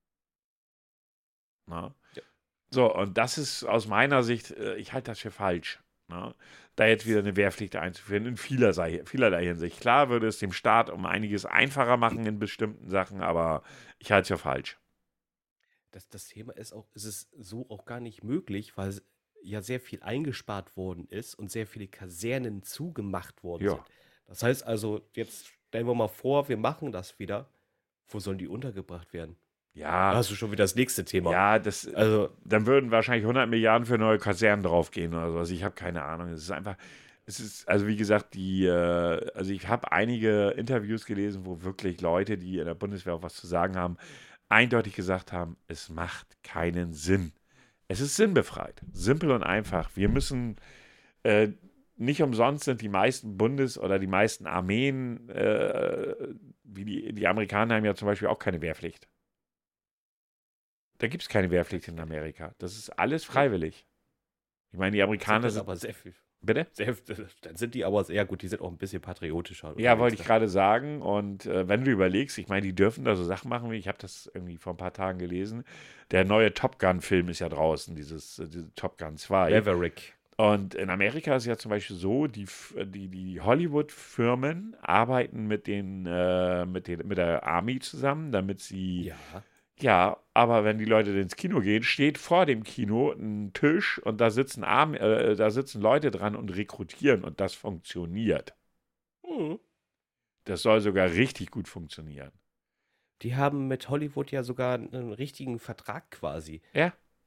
B: Na?
A: Ja.
B: So, und das ist aus meiner Sicht, ich halte das für falsch. Na? Da jetzt wieder eine Wehrpflicht einzuführen, in vielerlei Hinsicht. Klar würde es dem Staat um einiges einfacher machen in bestimmten Sachen, aber ich halte es für falsch.
A: Das Thema ist es so auch gar nicht möglich, weil ja sehr viel eingespart worden ist und sehr viele Kasernen zugemacht worden
B: Ja.
A: sind. Das heißt also, jetzt stellen wir mal vor, wir machen das wieder. Wo sollen die untergebracht werden? Da
B: Ja,
A: hast du schon wieder das nächste Thema.
B: ja,
A: Also,
B: dann würden wahrscheinlich 100 Milliarden für neue Kasernen draufgehen oder so. Also ich habe keine Ahnung. Also wie gesagt, also ich habe einige Interviews gelesen, wo wirklich Leute, die in der Bundeswehr auch was zu sagen haben, eindeutig gesagt haben, es macht keinen Sinn. Es ist sinnbefreit. Simpel und einfach. Wir müssen, äh, nicht umsonst sind die meisten oder die meisten Armeen, wie die Amerikaner haben ja zum Beispiel auch keine Wehrpflicht. Da gibt es keine Wehrpflicht in Amerika. Das ist alles
A: nee,
B: freiwillig. Ich meine, die
A: das sind
B: Amerikaner
A: dann
B: sind.
A: aber sehr viel.
B: Bitte?
A: Sehr, dann sind die aber sehr gut, die sind auch ein bisschen patriotischer
B: Ja, wollte
A: unterwegs
B: ich
A: da.
B: gerade sagen. Und wenn du überlegst, ich meine, die dürfen da so Sachen machen, wie ich habe das irgendwie vor ein paar Tagen gelesen. Der neue Top Gun-Film ist ja draußen, diese Top Gun 2.
A: Maverick.
B: Und in Amerika ist es ja zum Beispiel so, die Hollywood-Firmen arbeiten mit der Army zusammen, damit sie.
A: Ja.
B: Ja, aber wenn die Leute ins Kino gehen, steht vor dem Kino ein Tisch und da sitzen Leute dran und rekrutieren und das funktioniert.
A: Hm.
B: Das soll sogar richtig gut funktionieren.
A: Die haben mit Hollywood ja sogar einen richtigen Vertrag quasi.
B: Ja,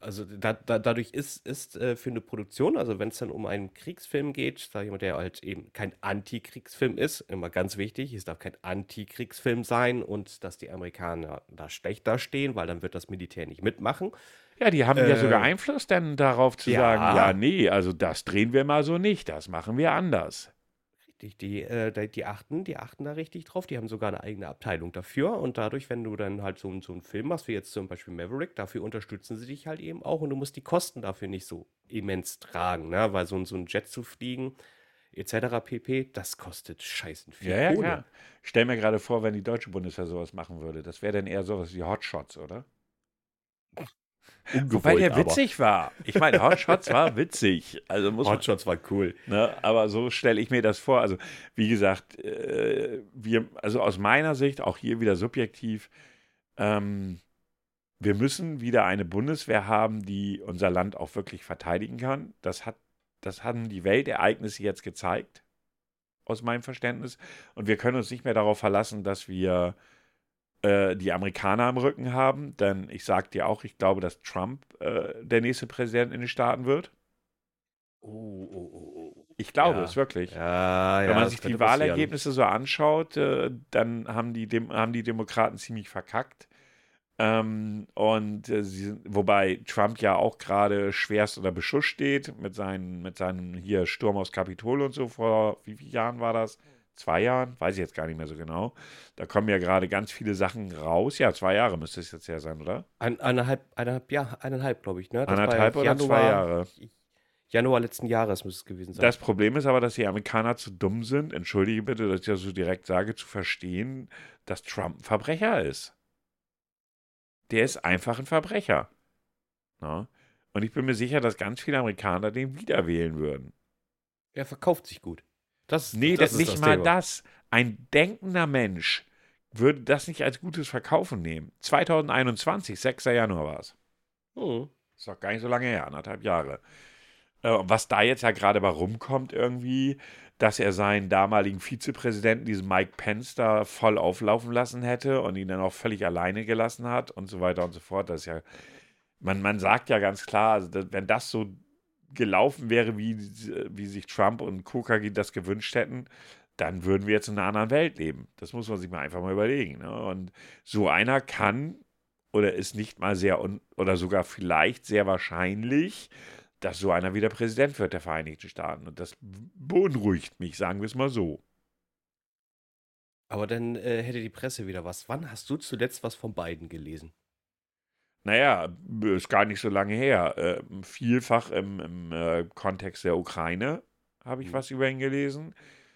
A: Also dadurch ist für eine Produktion, also wenn es dann um einen Kriegsfilm geht, sag ich mal, der halt eben kein Antikriegsfilm ist, immer ganz wichtig, es darf kein Antikriegsfilm sein und dass die Amerikaner da schlecht dastehen, weil dann wird das Militär nicht mitmachen.
B: Ja, die haben ja sogar
A: Äh,
B: Einfluss dann darauf zu sagen, ja,
A: ja,
B: nee, also das drehen wir mal so nicht, das machen wir anders.
A: richtig, die achten da richtig drauf, die haben sogar eine eigene Abteilung dafür und dadurch, wenn du dann halt so einen Film machst, wie jetzt zum Beispiel Maverick, dafür unterstützen sie dich halt eben auch und du musst die Kosten dafür nicht so immens tragen, ne? Weil so ein Jet zu fliegen, etc. pp., das kostet scheißen viel
B: Ja, ja,
A: Kohle.
B: klar. Ich stell mir gerade vor, wenn die deutsche Bundeswehr sowas machen würde, das wäre dann eher sowas wie Hotshots, oder? Wobei
A: Ungewollt
B: der
A: aber.
B: witzig war. Ich meine, Hotshots war witzig. Also muss man,
A: Hotshots war cool.
B: ne, aber so stelle ich mir das vor. Also, wie gesagt, also aus meiner Sicht, auch hier wieder subjektiv, ähm, wir müssen wieder eine Bundeswehr haben, die unser Land auch wirklich verteidigen kann. Das haben die Weltereignisse jetzt gezeigt, aus meinem Verständnis. Und wir können uns nicht mehr darauf verlassen, dass wir die Amerikaner am Rücken haben. Denn ich sage dir auch, ich glaube, dass Trump der nächste Präsident in den Staaten wird.
A: Oh, oh, oh, oh.
B: Ich glaube es
A: Ja,
B: wirklich.
A: ja,
B: Wenn
A: ja,
B: man
A: das
B: sich die
A: könnte passieren.
B: Wahlergebnisse so anschaut, dann haben die Demokraten ziemlich verkackt. Wobei Trump ja auch gerade schwerst unter Beschuss steht mit seinem hier Sturm aufs Kapitol und so vor wie vielen Jahren war das? 2 Jahren? Weiß ich jetzt gar nicht mehr so genau. Da kommen ja gerade ganz viele Sachen raus. Ja, 2 Jahre müsste es jetzt ja sein, oder?
A: Eineinhalb, glaube ich, ne? Das war ja
B: Anderthalb oder 2 Jahre.
A: Januar letzten Jahres müsste es gewesen sein.
B: Das Problem ist aber, dass die Amerikaner zu dumm sind, entschuldige bitte, dass ich das so direkt sage, zu verstehen, dass Trump ein Verbrecher ist. Der ist einfach ein Verbrecher. Ne? Und ich bin mir sicher, dass ganz viele Amerikaner den wieder wählen würden.
A: Er verkauft sich gut.
B: Nee,
A: Das ist
B: nicht
A: das
B: mal
A: Thema.
B: das. Ein denkender Mensch würde das nicht als gutes Verkaufen nehmen. 2021, 6. Januar war es.
A: Hm.
B: Ist doch gar nicht so lange her, 1,5 Jahre. Was da jetzt ja gerade bei rumkommt irgendwie, dass er seinen damaligen Vizepräsidenten, diesen Mike Pence, da voll auflaufen lassen hätte und ihn dann auch völlig alleine gelassen hat und so weiter und so fort. Das ist ja, man sagt ja ganz klar, also wenn das so gelaufen wäre, wie sich Trump und KKG das gewünscht hätten, dann würden wir jetzt in einer anderen Welt leben. Das muss man sich mal einfach mal überlegen. Ne? Und so einer kann oder ist nicht mal oder sogar vielleicht sehr wahrscheinlich, dass so einer wieder Präsident wird der Vereinigten Staaten. Und das beunruhigt mich, sagen wir es mal so.
A: Aber dann hätte die Presse wieder was. Wann hast du zuletzt was von Biden gelesen?
B: Naja, ist gar nicht so lange her. Vielfach im Kontext der Ukraine habe ich
A: Hm.
B: was über ihn gelesen.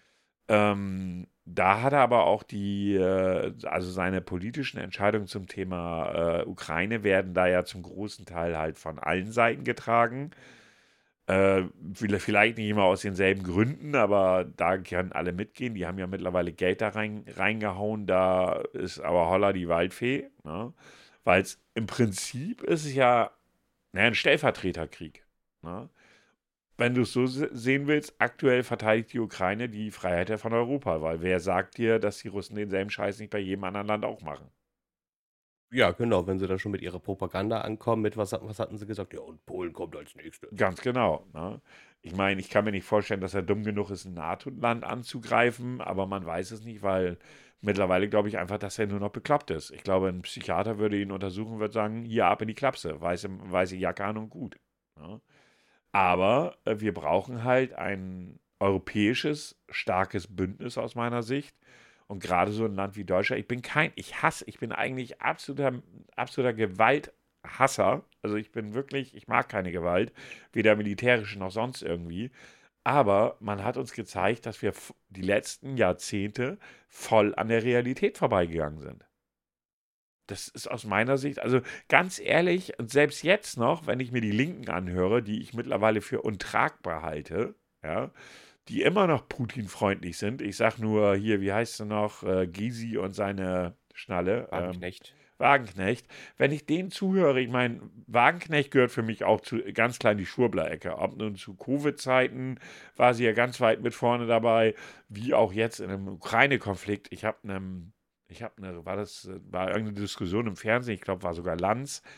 B: Da hat er aber auch also seine politischen Entscheidungen zum Thema Ukraine werden da ja zum großen Teil halt von allen Seiten getragen. Vielleicht nicht immer aus denselben Gründen, aber da können alle mitgehen. Die haben ja mittlerweile Geld da reingehauen. Da ist aber Holla die Waldfee. Ne? Weil es im Prinzip ist es ja ein Stellvertreterkrieg. Ne? Wenn du es so sehen willst, aktuell verteidigt die Ukraine die Freiheit von Europa, weil wer sagt dir, dass die Russen denselben Scheiß nicht bei jedem anderen Land auch machen?
A: Ja, genau, wenn sie da schon mit ihrer Propaganda ankommen, was hatten sie gesagt? Ja, und Polen kommt als nächstes.
B: Ganz genau. Ne? Ich meine, ich kann mir nicht vorstellen, dass er dumm genug ist, ein NATO-Land anzugreifen, aber man weiß es nicht, weil mittlerweile glaube ich einfach, dass er nur noch bekloppt ist. Ich glaube, ein Psychiater würde ihn untersuchen und würde sagen, hier ab in die Klapse, weiße Jacke an und gut. Ne? Aber wir brauchen halt ein europäisches, starkes Bündnis aus meiner Sicht. Und gerade so ein Land wie Deutschland, ich bin eigentlich absoluter Gewalthasser. Also ich mag keine Gewalt, weder militärische noch sonst irgendwie. Aber man hat uns gezeigt, dass wir die letzten Jahrzehnte voll an der Realität vorbeigegangen sind. Das ist aus meiner Sicht, also ganz ehrlich, und selbst jetzt noch, wenn ich mir die Linken anhöre, die ich mittlerweile für untragbar halte, ja, die immer noch Putin-freundlich sind. Ich sag nur hier, wie heißt sie noch, Gysi und seine Schnalle,
A: Wagenknecht.
B: Wagenknecht. Wenn ich denen zuhöre, ich meine, Wagenknecht gehört für mich auch zu ganz klein die Schurbler-Ecke. Ob nun zu Covid-Zeiten war sie ja ganz weit mit vorne dabei, wie auch jetzt in einem Ukraine-Konflikt. War irgendeine Diskussion im Fernsehen, ich glaube, war sogar Lanz,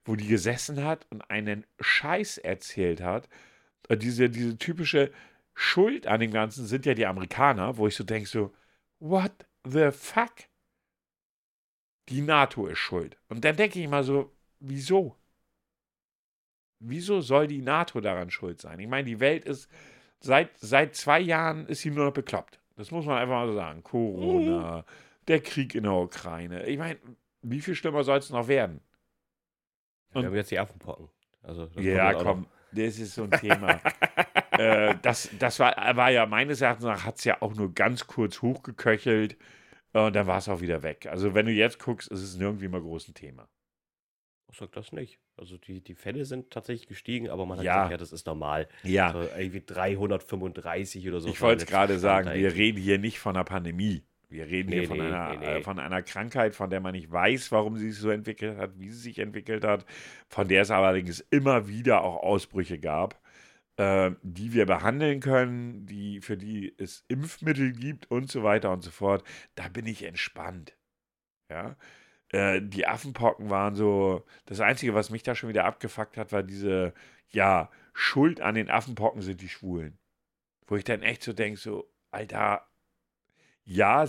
B: wo die gesessen hat und einen Scheiß erzählt hat. Und diese typische Schuld an dem Ganzen sind ja die Amerikaner, wo ich so denke, so, what the fuck? Die NATO ist schuld. Und dann denke ich mal so, wieso? Wieso soll die NATO daran schuld sein? Ich meine, die Welt ist, seit 2 Jahren ist sie nur noch bekloppt. Das muss man einfach mal so sagen. Corona, der Krieg in der Ukraine. Ich meine, wie viel schlimmer soll es noch werden?
A: Wir haben jetzt die Affenpocken. Also, das
B: Ja,
A: kommt
B: komm, das ist so ein Thema. Das war ja meines Erachtens nach, hat es ja auch nur ganz kurz hochgeköchelt und dann war es auch wieder weg. Also wenn du jetzt guckst, ist es nirgendwie mal groß ein Thema.
A: Ich sag das nicht. Also die Fälle sind tatsächlich gestiegen, aber man hat
B: Ja.
A: gesagt, ja, das ist normal.
B: Ja,
A: So irgendwie 335 oder so.
B: ich
A: war
B: wollte es
A: der
B: gerade
A: letzte
B: sagen,
A: Stand
B: wir
A: irgendwie.
B: reden hier nicht von einer Pandemie. Wir reden hier
A: Nee,
B: von
A: nee.
B: von einer Krankheit, von der man nicht weiß, warum sie sich so entwickelt hat, wie sie sich entwickelt hat, von der es allerdings immer wieder auch Ausbrüche gab, die wir behandeln können, für die es Impfmittel gibt und so weiter und so fort. Da bin ich entspannt. Ja. Die Affenpocken waren so, das Einzige, was mich da schon wieder abgefuckt hat, war diese, ja, Schuld an den Affenpocken sind die Schwulen. Wo ich dann echt so denke, so, Alter, ja,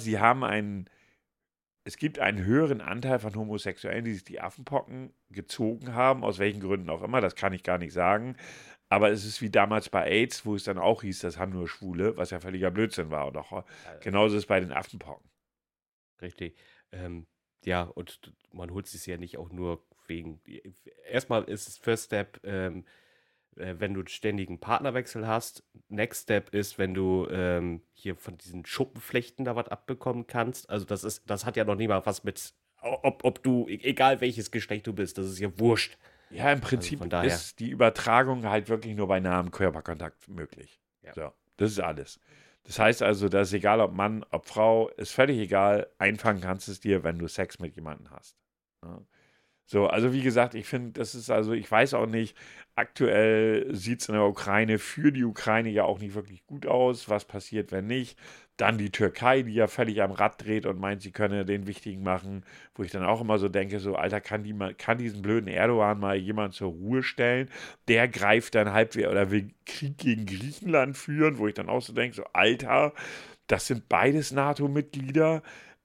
B: es gibt einen höheren Anteil von Homosexuellen, die sich die Affenpocken gezogen haben, aus welchen Gründen auch immer, das kann ich gar nicht sagen. Aber es ist wie damals bei AIDS, wo es dann auch hieß, das haben nur Schwule, was ja völliger Blödsinn war. Und auch genauso ist es bei den Affenpocken.
A: Richtig. Ja, und man holt sich ja nicht auch nur wegen. Erstmal ist es First Step, wenn du einen ständigen Partnerwechsel hast. Next Step ist, wenn du hier von diesen Schuppenflechten da was abbekommen kannst. Also das hat ja noch nie mal was mit, ob du, egal welches Geschlecht du bist, das ist ja wurscht.
B: Ja, im
A: Also
B: Prinzip
A: von daher.
B: ist die Übertragung halt wirklich nur bei nahem Körperkontakt möglich.
A: Ja.
B: So, das ist alles. Das heißt also, das ist egal, ob Mann, ob Frau, ist völlig egal. Einfangen kannst du es dir, wenn du Sex mit jemandem hast. Ja. So, also wie gesagt, ich finde, das ist also, ich weiß auch nicht, aktuell sieht es in der Ukraine für die Ukraine ja auch nicht wirklich gut aus. Was passiert, wenn nicht? Dann die Türkei, die ja völlig am Rad dreht und meint, sie könne den Wichtigen machen, wo ich dann auch immer so denke, so, Alter, kann diesen blöden Erdogan mal jemand zur Ruhe stellen? Der greift dann oder will Krieg gegen Griechenland führen, wo ich dann auch so denke, so, Alter, das sind beides NATO-Mitglieder.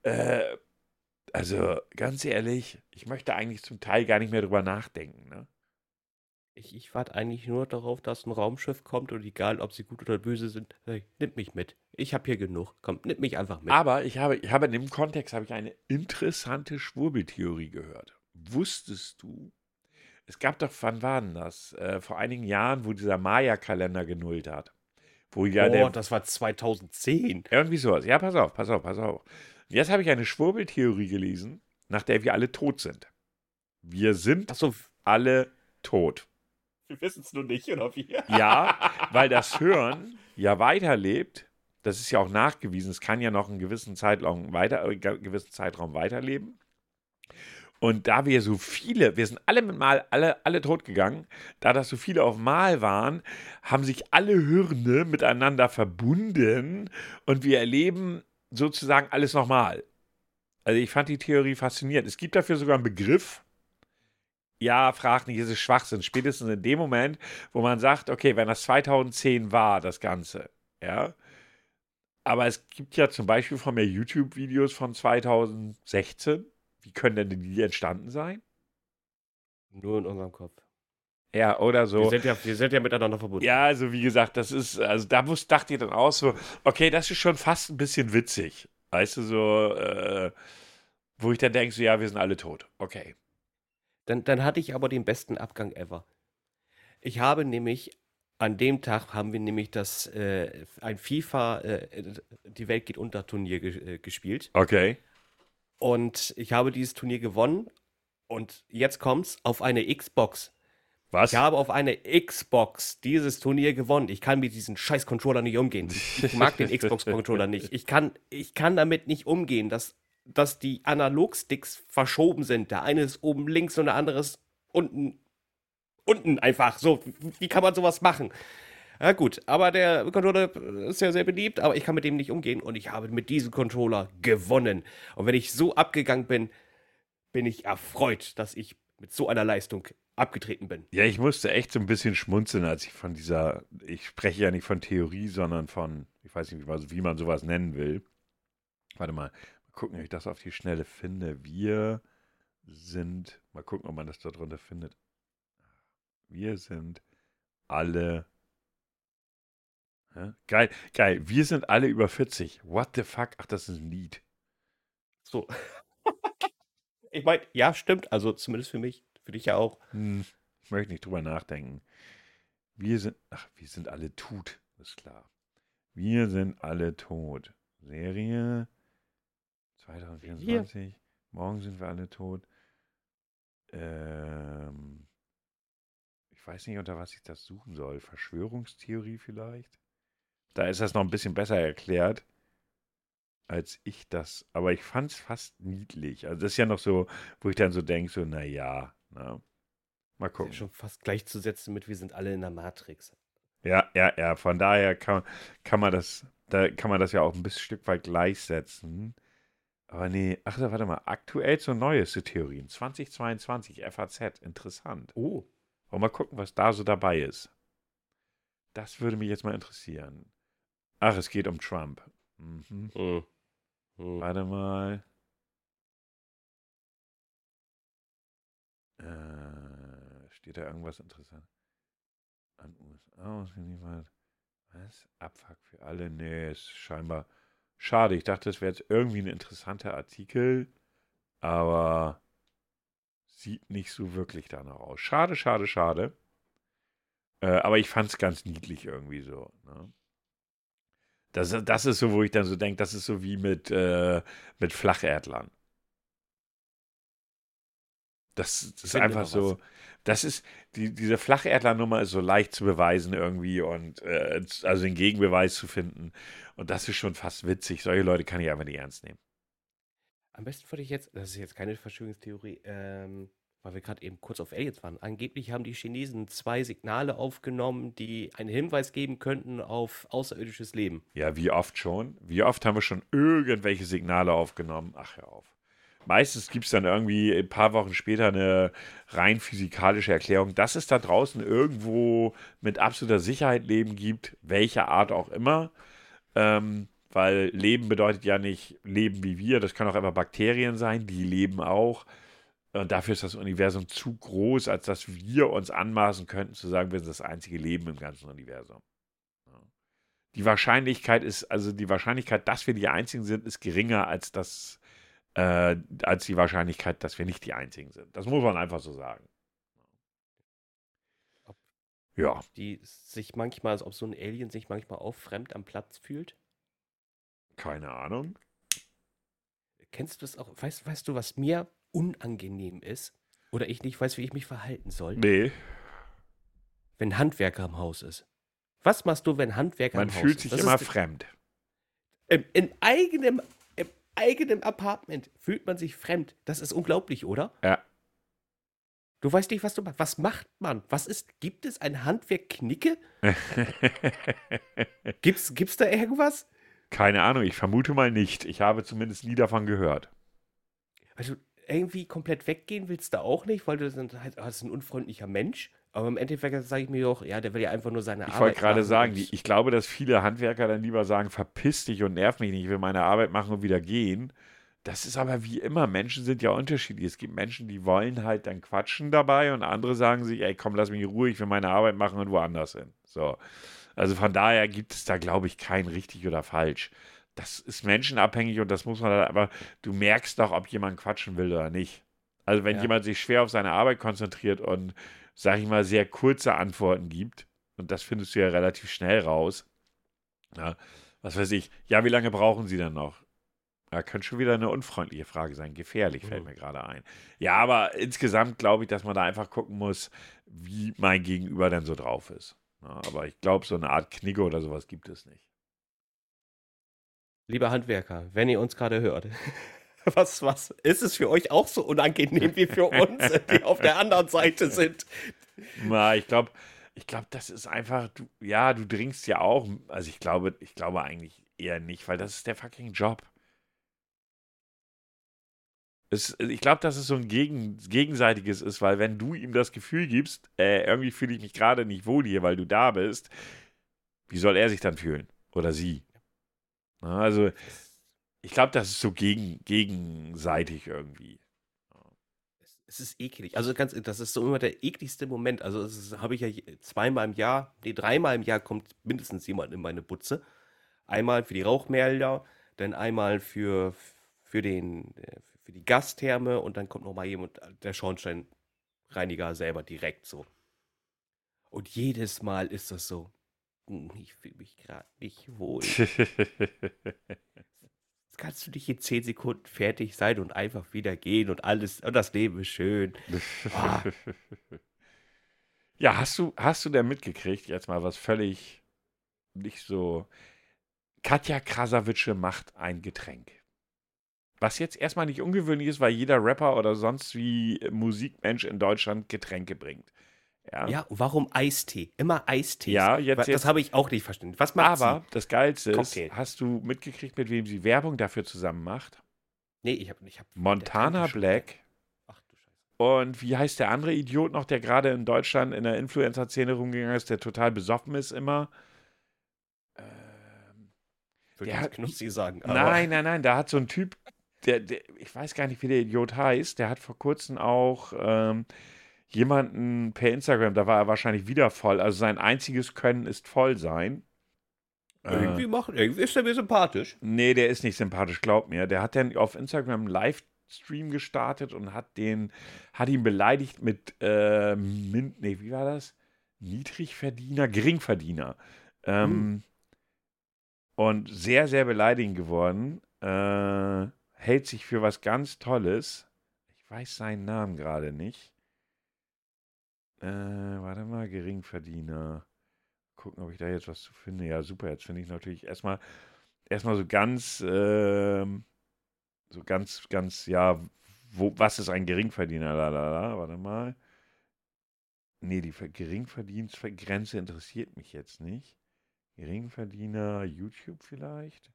B: Also, ganz ehrlich, ich möchte eigentlich zum Teil gar nicht mehr drüber nachdenken, ne?
A: Ich warte eigentlich nur darauf, dass ein Raumschiff kommt und egal, ob sie gut oder böse sind, hey, nimmt mich mit. Ich habe hier genug. Komm, nimm mich einfach mit.
B: Aber ich habe in dem Kontext habe ich eine interessante Schwurbeltheorie gehört. Wusstest du, es gab doch, wann war denn das? Vor einigen Jahren, wo dieser Maya-Kalender genullt hat. Wo ja
A: Das war 2010.
B: irgendwie sowas. Ja, pass auf. Jetzt habe ich eine Schwurbeltheorie gelesen, nach der wir alle tot sind. Wir sind
A: Achso,
B: alle tot.
A: wir wissen es nur nicht, oder wie?
B: Ja, weil das Hirn ja weiterlebt. Das ist ja auch nachgewiesen. Es kann ja noch einen gewissen Zeitraum weiterleben. Und da wir so viele, wir sind alle tot gegangen, da das so viele auf Mal waren, haben sich alle Hirne miteinander verbunden und wir erleben sozusagen alles nochmal. Also ich fand die Theorie faszinierend. Es gibt dafür sogar einen Begriff. Ja, frag nicht, es ist Schwachsinn. Spätestens in dem Moment, wo man sagt, okay, wenn das 2010 war, das Ganze, ja. Aber es gibt ja zum Beispiel von mir YouTube-Videos von 2016. Wie können denn die entstanden sein?
A: Nur in unserem Kopf.
B: Ja, oder so.
A: Wir sind ja miteinander verbunden.
B: Ja, also wie gesagt, das ist, also dachte ich dann auch so, okay, das ist schon fast ein bisschen witzig. Weißt du, so, wo ich dann denke, so, ja, wir sind alle tot. Okay.
A: Dann hatte ich aber den besten Abgang ever. Ich habe nämlich, an dem Tag haben wir nämlich ein FIFA, die Welt geht unter Turnier gespielt.
B: Okay.
A: Und ich habe dieses Turnier gewonnen. Und jetzt kommt's auf eine Xbox.
B: Was?
A: Ich habe auf eine Xbox dieses Turnier gewonnen. Ich kann mit diesem scheiß Controller nicht umgehen. Ich mag den Xbox-Controller nicht. Ich kann damit nicht umgehen, dass die Analogsticks verschoben sind. Der eine ist oben links und der andere ist unten einfach. So, wie kann man sowas machen? Ja gut, aber der Controller ist ja sehr beliebt, aber ich kann mit dem nicht umgehen und ich habe mit diesem Controller gewonnen. Und wenn ich so abgegangen bin, bin ich erfreut, dass ich mit so einer Leistung abgetreten bin.
B: Ja, ich musste echt so ein bisschen schmunzeln, als ich spreche ja nicht von Theorie, sondern von, ich weiß nicht, wie man sowas nennen will. Warte mal gucken, ob ich das auf die Schnelle finde. Mal gucken, ob man das da drunter findet. Wir sind alle, geil, geil, wir sind alle über 40. What the fuck? Ach, das ist ein Lied.
A: So. Ich meine, ja, stimmt. Also zumindest für mich, für dich ja auch.
B: Ich möchte nicht drüber nachdenken. Wir sind alle tot, ist klar. Wir sind alle tot. Serie 2024. Morgen sind wir alle tot. Ich weiß nicht, unter was ich das suchen soll. Verschwörungstheorie vielleicht? Da ist das noch ein bisschen besser erklärt, als ich das. Aber ich fand es fast niedlich. Also das ist ja noch so, wo ich dann so denke, so, naja, na, mal
A: Ist ja
B: gucken.
A: schon fast gleichzusetzen mit wir sind alle in der Matrix.
B: Ja. Von daher kann man das ja auch ein bisschen Stück weit gleichsetzen. Aber nee, ach, warte mal. Aktuell so neueste Theorien. 2022, FAZ. Interessant.
A: Oh.
B: Wollen wir mal gucken, was da so dabei ist. Das würde mich jetzt mal interessieren. Ach, es geht um Trump. Warte mal. Steht da irgendwas interessant? An USA ausgeliefert. Was? Abfuck für alle? Nee, ist scheinbar schade. Ich dachte, es wäre jetzt irgendwie ein interessanter Artikel, aber sieht nicht so wirklich danach aus. Schade. Aber ich fand es ganz niedlich irgendwie so. Ne? Das ist so, wo ich dann so denke, das ist so wie mit Flacherdlern. Das ist einfach so, diese Flacherdler-Nummer ist so leicht zu beweisen irgendwie und also den Gegenbeweis zu finden. Und das ist schon fast witzig. Solche Leute kann ich einfach nicht ernst nehmen.
A: Am besten würde ich jetzt, das ist jetzt keine Verschwörungstheorie, weil wir gerade eben kurz auf Aliens waren. Angeblich haben die Chinesen 2 Signale aufgenommen, die einen Hinweis geben könnten auf außerirdisches Leben.
B: Ja, wie oft schon? Wie oft haben wir schon irgendwelche Signale aufgenommen? Ach, hör auf. Meistens gibt es dann irgendwie ein paar Wochen später eine rein physikalische Erklärung, dass es da draußen irgendwo mit absoluter Sicherheit Leben gibt, welcher Art auch immer. Weil Leben bedeutet ja nicht Leben wie wir, das können auch einfach Bakterien sein, die leben auch. Und dafür ist das Universum zu groß, als dass wir uns anmaßen könnten, zu sagen, wir sind das einzige Leben im ganzen Universum. Ja. Die Wahrscheinlichkeit, dass wir die Einzigen sind, ist geringer als die Wahrscheinlichkeit, dass wir nicht die Einzigen sind. Das muss man einfach so sagen.
A: Ob
B: Ja.
A: die sich manchmal, als ob so ein Alien sich manchmal auch fremd am Platz fühlt.
B: Keine Ahnung.
A: Kennst du das auch? Weißt du, was mir unangenehm ist? Oder ich nicht weiß, wie ich mich verhalten soll?
B: Nee.
A: Wenn Handwerker im Haus ist. Was machst du, wenn Handwerker
B: Man
A: im Haus
B: fühlt
A: ist?
B: sich
A: Das
B: immer
A: ist
B: fremd.
A: im eigenen Apartment fühlt man sich fremd. Das ist unglaublich, oder?
B: Ja.
A: Du weißt nicht, was du machst. Was macht man? Gibt es ein Handwerk Knicke? Gibt's da irgendwas?
B: Keine Ahnung, ich vermute mal nicht. Ich habe zumindest nie davon gehört.
A: Also irgendwie komplett weggehen willst du auch nicht, weil du dann halt, das ist ein unfreundlicher Mensch. Aber im Endeffekt sage ich mir auch, ja, der will ja einfach nur seine
B: Ich
A: Arbeit
B: wollte gerade
A: machen
B: sagen,
A: und
B: ich glaube, dass viele Handwerker dann lieber sagen, verpiss dich und nerv mich nicht, ich will meine Arbeit machen und wieder gehen. Das ist aber wie immer, Menschen sind ja unterschiedlich. Es gibt Menschen, die wollen halt dann quatschen dabei und andere sagen sich, ey, komm, lass mich in Ruhe, ich will meine Arbeit machen und woanders hin. So. Also von daher gibt es da, glaube ich, kein richtig oder falsch. Das ist menschenabhängig und das muss man halt aber, du merkst doch, ob jemand quatschen will oder nicht. Also wenn
A: ja.
B: jemand sich schwer auf seine Arbeit konzentriert und, sag ich mal, sehr kurze Antworten gibt, und das findest du ja relativ schnell raus, ja, was weiß ich, ja, wie lange brauchen Sie denn noch? Ja, könnte schon wieder eine unfreundliche Frage sein. Gefährlich, fällt mir gerade ein. Ja, aber insgesamt glaube ich, dass man da einfach gucken muss, wie mein Gegenüber denn so drauf ist. Ja, aber ich glaube, so eine Art Knigge oder sowas gibt es nicht.
A: Lieber Handwerker, wenn ihr uns gerade hört, was ist es für euch auch so unangenehm wie für uns, die auf der anderen Seite sind?
B: Na, ich glaube, das ist einfach, du dringst ja auch, also ich glaube eigentlich eher nicht, weil das ist der fucking Job. Ich glaube, dass es so ein gegenseitiges ist, weil wenn du ihm das Gefühl gibst, irgendwie fühle ich mich gerade nicht wohl hier, weil du da bist, wie soll er sich dann fühlen? Oder sie? Na, also,
A: Es,
B: ich glaube, das ist so gegenseitig irgendwie.
A: es ist eklig. Also das ist so immer der ekligste Moment. Also das habe ich ja zweimal im Jahr, nee, dreimal im Jahr kommt mindestens jemand in meine Butze. Einmal für die Rauchmelder, dann einmal für die Gastherme und dann kommt noch mal jemand, der Schornsteinreiniger selber direkt so. Und jedes Mal ist das so, ich fühle mich gerade nicht wohl. Jetzt kannst du nicht in 10 Sekunden fertig sein und einfach wieder gehen und das Leben ist schön. Ah,
B: Ja, hast du denn mitgekriegt, jetzt mal was völlig nicht so. Katja Krasavice macht ein Getränk. Was jetzt erstmal nicht ungewöhnlich ist, weil jeder Rapper oder sonst wie Musikmensch in Deutschland Getränke bringt. Ja,
A: ja, und warum Eistee? Immer Eistees.
B: ja, jetzt,
A: Das
B: jetzt.
A: habe ich auch nicht verstanden. Was macht sie?
B: Aber das Geilste ist,
A: Cocktail.
B: hast du mitgekriegt, mit wem sie Werbung dafür zusammen macht?
A: Nee, ich hab von der Tante
B: Montana
A: schon wieder.
B: Black.
A: Ach du Scheiße.
B: Und wie heißt der andere Idiot noch, der gerade in Deutschland in der Influencer-Szene rumgegangen ist, der total besoffen ist immer? Ähm,
A: Würde
B: der
A: jetzt
B: hat.
A: Knossi sagen, aber.
B: Nein, nein, nein, da hat so ein Typ, ich weiß gar nicht, wie der Idiot heißt, der hat vor kurzem auch jemanden per Instagram, da war er wahrscheinlich wieder voll. Also sein einziges Können ist voll sein. Äh,
A: Irgendwie ist er mir sympathisch.
B: Nee, der ist nicht sympathisch, glaub mir. Der hat dann auf Instagram einen Livestream gestartet und hat ihn beleidigt mit, nee, wie war das? Niedrigverdiener, Geringverdiener.
A: Hm.
B: Ähm, und sehr, sehr beleidigend geworden. Hält sich für was ganz Tolles. Ich weiß seinen Namen gerade nicht. Warte mal, Geringverdiener. Gucken, ob ich da jetzt was zu finde. Ja, super. Jetzt finde ich natürlich erstmal so ganz, ja, was ist ein Geringverdiener? Warte mal. Nee, die Geringverdienstgrenze interessiert mich jetzt nicht. Geringverdiener, YouTube vielleicht?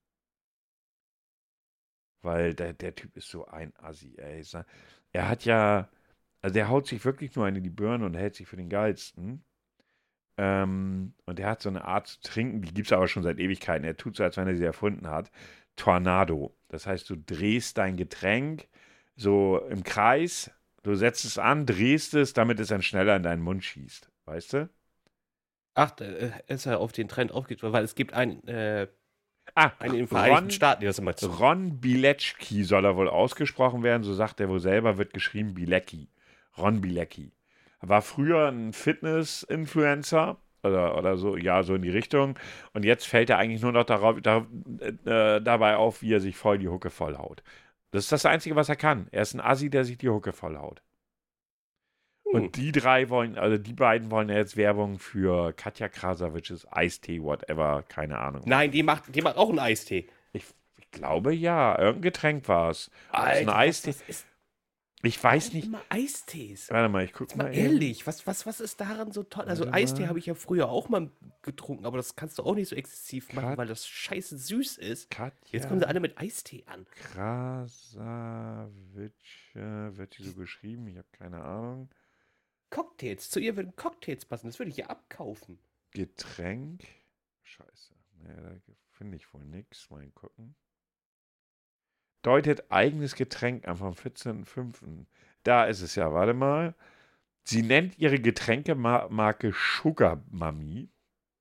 B: Weil der Typ ist so ein Assi, ey. Er hat ja, also der haut sich wirklich nur eine in die Birne und hält sich für den Geilsten. Und er hat so eine Art zu trinken, die gibt es aber schon seit Ewigkeiten. Er tut so, als wenn er sie erfunden hat. Tornado. Das heißt, du drehst dein Getränk so im Kreis, du setzt es an, drehst es, damit es dann schneller in deinen Mund schießt. Weißt du?
A: Ach, da ist er auf den Trend aufgekommen, weil es gibt
B: Ah,
A: einen in den Vereinigten
B: Ron,
A: Staaten, der das immer zu.
B: Ron Bilecki soll er wohl ausgesprochen werden, so sagt er wohl selber, wird geschrieben Bilecki. Ron Bilecki. War früher ein Fitness-Influencer oder so, ja, so in die Richtung. Und jetzt fällt er eigentlich nur noch dabei auf, wie er sich voll die Hucke vollhaut. Das ist das Einzige, was er kann. Er ist ein Assi, der sich die Hucke vollhaut.
A: Hm.
B: Und die beiden wollen ja jetzt Werbung für Katja Krasavices Eistee, whatever, keine Ahnung
A: Nein,
B: was.
A: die macht auch einen Eistee.
B: Ich glaube ja, irgendein Getränk war es. Ob es ein
A: Alter,
B: Eistee.
A: was ist.
B: Ich
A: Warum
B: weiß nicht.
A: immer Eistees?
B: Warte mal, ich guck
A: Jetzt mal
B: mal eben.
A: ehrlich, was ist daran so toll? Also
B: Warte
A: Eistee
B: mal.
A: habe ich ja früher auch mal getrunken, aber das kannst du auch nicht so exzessiv machen,
B: Kat
A: weil das scheiße süß ist. Jetzt kommen sie
B: Katja
A: alle mit Eistee an.
B: Krasavice. Wird die so geschrieben? Ich habe keine Ahnung.
A: Cocktails, zu ihr würden Cocktails passen, das würde ich ihr abkaufen.
B: Getränk. Scheiße. Nee, da finde ich wohl nichts. Mal gucken. Deutet eigenes Getränk an vom 14.05. Da ist es ja, warte mal. Sie nennt ihre Getränkemarke Sugar Mami.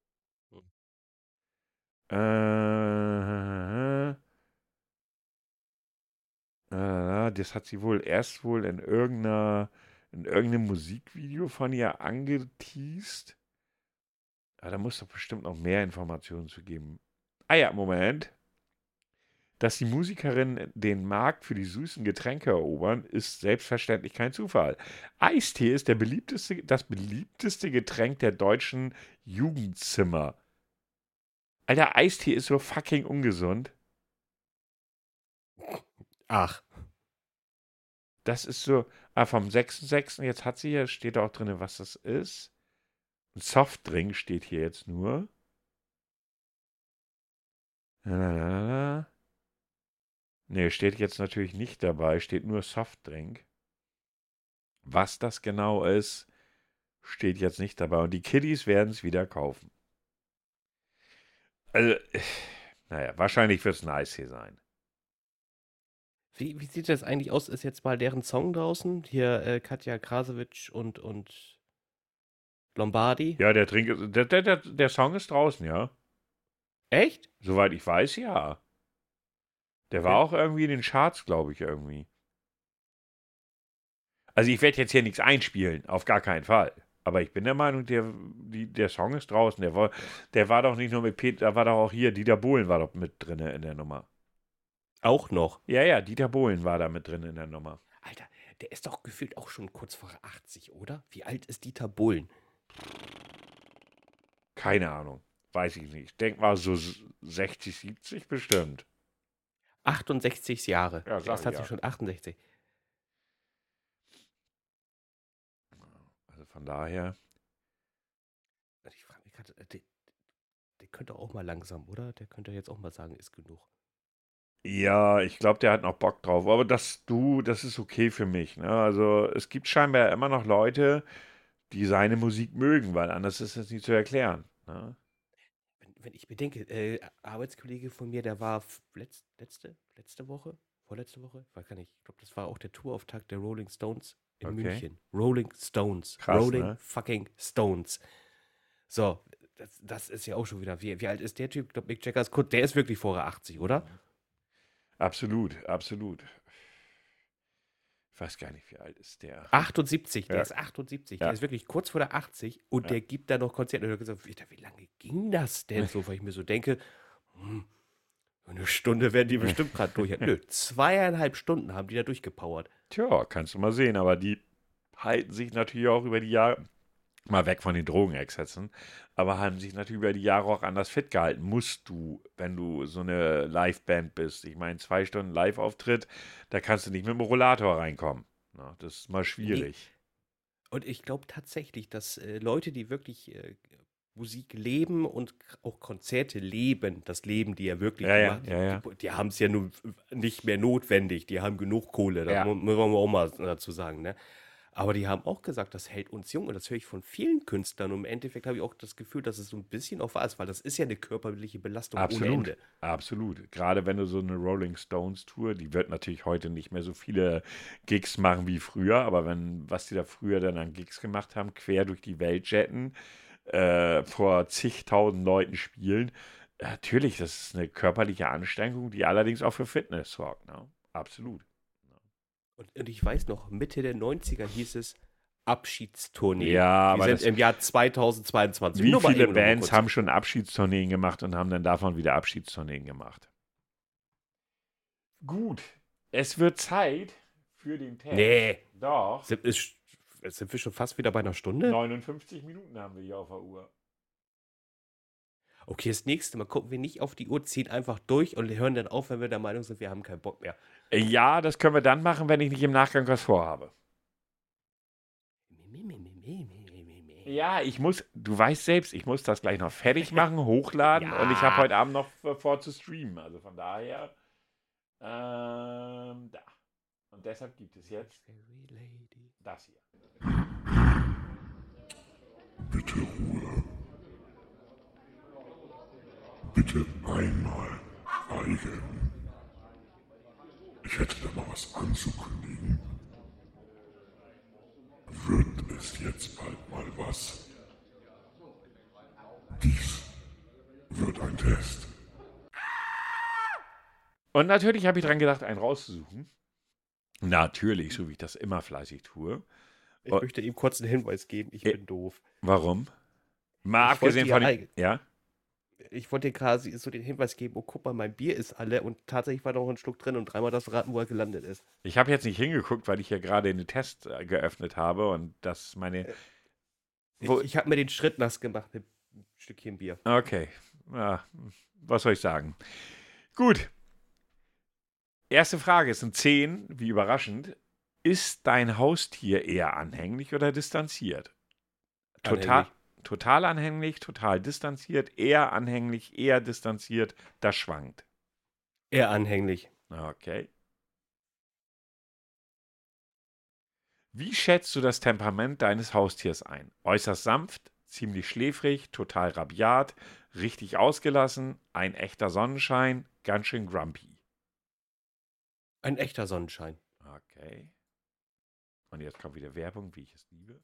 B: Das hat sie wohl erst in irgendeinem Musikvideo von ihr angeteased. Da muss doch bestimmt noch mehr Informationen zu geben. Ah ja, Moment. Dass die Musikerinnen den Markt für die süßen Getränke erobern, ist selbstverständlich kein Zufall. Eistee ist das beliebteste Getränk der deutschen Jugendzimmer. Alter, Eistee ist so fucking ungesund.
A: Ach,
B: Das ist so, vom 6.6. Jetzt hat sie hier, steht auch drin, was das ist. Ein Softdrink steht hier jetzt nur. Lalalala. Nee, steht jetzt natürlich nicht dabei, steht nur Softdrink. Was das genau ist, steht jetzt nicht dabei. Und die Kiddies werden es wieder kaufen. Also, naja, wahrscheinlich wird es ein Eistee sein.
A: Wie sieht das eigentlich aus? Ist jetzt mal deren Song draußen? Hier Katja Krasowitsch und Lombardi.
B: Ja, der Song ist draußen, ja.
A: Echt?
B: Soweit ich weiß, ja. Der war
A: Okay.
B: auch irgendwie in den Charts, glaube ich, irgendwie. Also ich werde jetzt hier nichts einspielen, auf gar keinen Fall. Aber ich bin der Meinung, der Song ist draußen. Der war doch nicht nur mit Peter, da war doch auch hier, Dieter Bohlen war doch mit drin in der Nummer.
A: Auch noch.
B: Ja, ja, Dieter Bohlen war da mit drin in der Nummer.
A: Alter, der ist doch gefühlt auch schon kurz vor 80, oder? Wie alt ist Dieter Bohlen?
B: Keine Ahnung. Weiß ich nicht. Ich denke mal so 60, 70 bestimmt.
A: 68 Jahre.
B: Ja,
A: Der
B: sag
A: ist
B: ich ja.
A: tatsächlich schon 68.
B: Also von daher.
A: Also ich frage mich gerade, der könnte auch mal langsam, oder? Der könnte jetzt auch mal sagen, ist genug.
B: Ja, ich glaube, der hat noch Bock drauf. Aber das ist okay für mich. Ne? Also es gibt scheinbar immer noch Leute, die seine Musik mögen, weil anders ist es nicht zu erklären. Ne?
A: Wenn ich bedenke, Arbeitskollege von mir, der war letzte Woche, vorletzte Woche, ich weiß gar nicht, ich glaube, das war auch der Tourauftakt der Rolling Stones in
B: Okay.
A: München. Rolling Stones.
B: Krass,
A: Rolling
B: ne?
A: fucking Stones. So, das ist ja auch schon wieder, wie alt ist der Typ? Ich glaube, Mick Jagger ist kurz, der ist wirklich vor 80, oder?
B: Absolut, absolut. Ich weiß gar nicht, wie alt ist der.
A: 78, der
B: Ja,
A: ist 78, der
B: ja.
A: ist wirklich kurz vor der 80 und
B: Ja.
A: der gibt da noch Konzerte. Und ich habe gesagt, wie lange ging das denn so? Weil ich mir so denke, eine Stunde werden die bestimmt gerade durch. Nö, 2,5 Stunden haben die da durchgepowert.
B: Tja, kannst du mal sehen, aber die halten sich natürlich auch über die Jahre, mal weg von den Drogenexzessen, aber haben sich natürlich über die Jahre auch anders fit gehalten. Musst du, wenn du so eine Liveband bist. Ich meine, 2 Stunden Live-Auftritt, da kannst du nicht mit dem Rollator reinkommen. Na, das ist mal
A: Nee.
B: schwierig.
A: Und ich glaube tatsächlich, dass Leute, die wirklich Musik leben und auch Konzerte leben, das Leben, die ja wirklich
B: Ja, ja,
A: gemacht,
B: ja, ja.
A: die haben es ja nun nicht mehr notwendig, die haben genug Kohle, das
B: Ja.
A: müssen wir auch mal dazu sagen, ne? Aber die haben auch gesagt, das hält uns jung und das höre ich von vielen Künstlern und im Endeffekt habe ich auch das Gefühl, dass es so ein bisschen auch wahr ist, weil das ist ja eine körperliche Belastung ohne
B: Absolut,
A: Ende.
B: absolut. Gerade wenn du so eine Rolling Stones Tour, die wird natürlich heute nicht mehr so viele Gigs machen wie früher, aber was die da früher dann an Gigs gemacht haben, quer durch die Welt jetten, vor zigtausend Leuten spielen, natürlich, das ist eine körperliche Anstrengung, die allerdings auch für Fitness sorgt. Ne? Absolut.
A: Und ich weiß noch, Mitte der 90er hieß es Abschiedstournee.
B: Ja,
A: Wir
B: aber
A: sind im Jahr 2022.
B: wie
A: Nur mal
B: viele
A: eben noch mal
B: Bands
A: kurz.
B: haben schon Abschiedstourneen gemacht und haben dann davon wieder Abschiedstourneen gemacht? Gut, es wird Zeit für den Test.
A: Nee,
B: Doch.
A: sind wir schon fast wieder bei einer Stunde?
B: 59 Minuten haben wir hier auf der Uhr.
A: Okay, das nächste Mal gucken wir nicht auf die Uhr, ziehen einfach durch und hören dann auf, wenn wir der Meinung sind, wir haben keinen Bock mehr.
B: Ja, das können wir dann machen, wenn ich nicht im Nachgang was vorhabe. Ja, du weißt selbst, ich muss das gleich noch fertig machen, hochladen
A: Ja.
B: und ich habe heute Abend noch vor zu streamen. Also von daher, da. Und deshalb gibt es jetzt das hier.
C: Bitte Ruhe. Bitte einmal schweigen. Ich hätte da mal was anzukündigen. Wird es jetzt bald mal was? Dies wird ein Test.
B: Und natürlich habe ich dran gedacht, einen rauszusuchen. Natürlich, so wie ich das immer fleißig tue.
A: Ich möchte ihm kurz einen Hinweis geben, ich bin doof.
B: Warum? Mal
A: Ich wollte
B: abgesehen von
A: ja
B: dem. Ja?
A: Ich wollte dir quasi so den Hinweis geben, oh guck mal, mein Bier ist alle und tatsächlich war noch ein Schluck drin und dreimal das raten, wo er gelandet ist.
B: Ich habe jetzt nicht hingeguckt, weil ich hier gerade einen Test geöffnet habe und das meine.
A: Ich habe mir den Schritt nass gemacht mit ein Stückchen Bier.
B: Okay. Ja, was soll ich sagen? Gut. Erste Frage, es sind 10, wie überraschend. Ist dein Haustier eher anhänglich oder distanziert? Total anhänglich, total distanziert, eher anhänglich, eher distanziert, das schwankt.
A: Eher anhänglich.
B: Okay. Wie schätzt du das Temperament deines Haustiers ein? Äußerst sanft, ziemlich schläfrig, total rabiat, richtig ausgelassen, ein echter Sonnenschein, ganz schön grumpy.
A: Ein echter Sonnenschein.
B: Okay. Und jetzt kommt wieder Werbung, wie ich es liebe.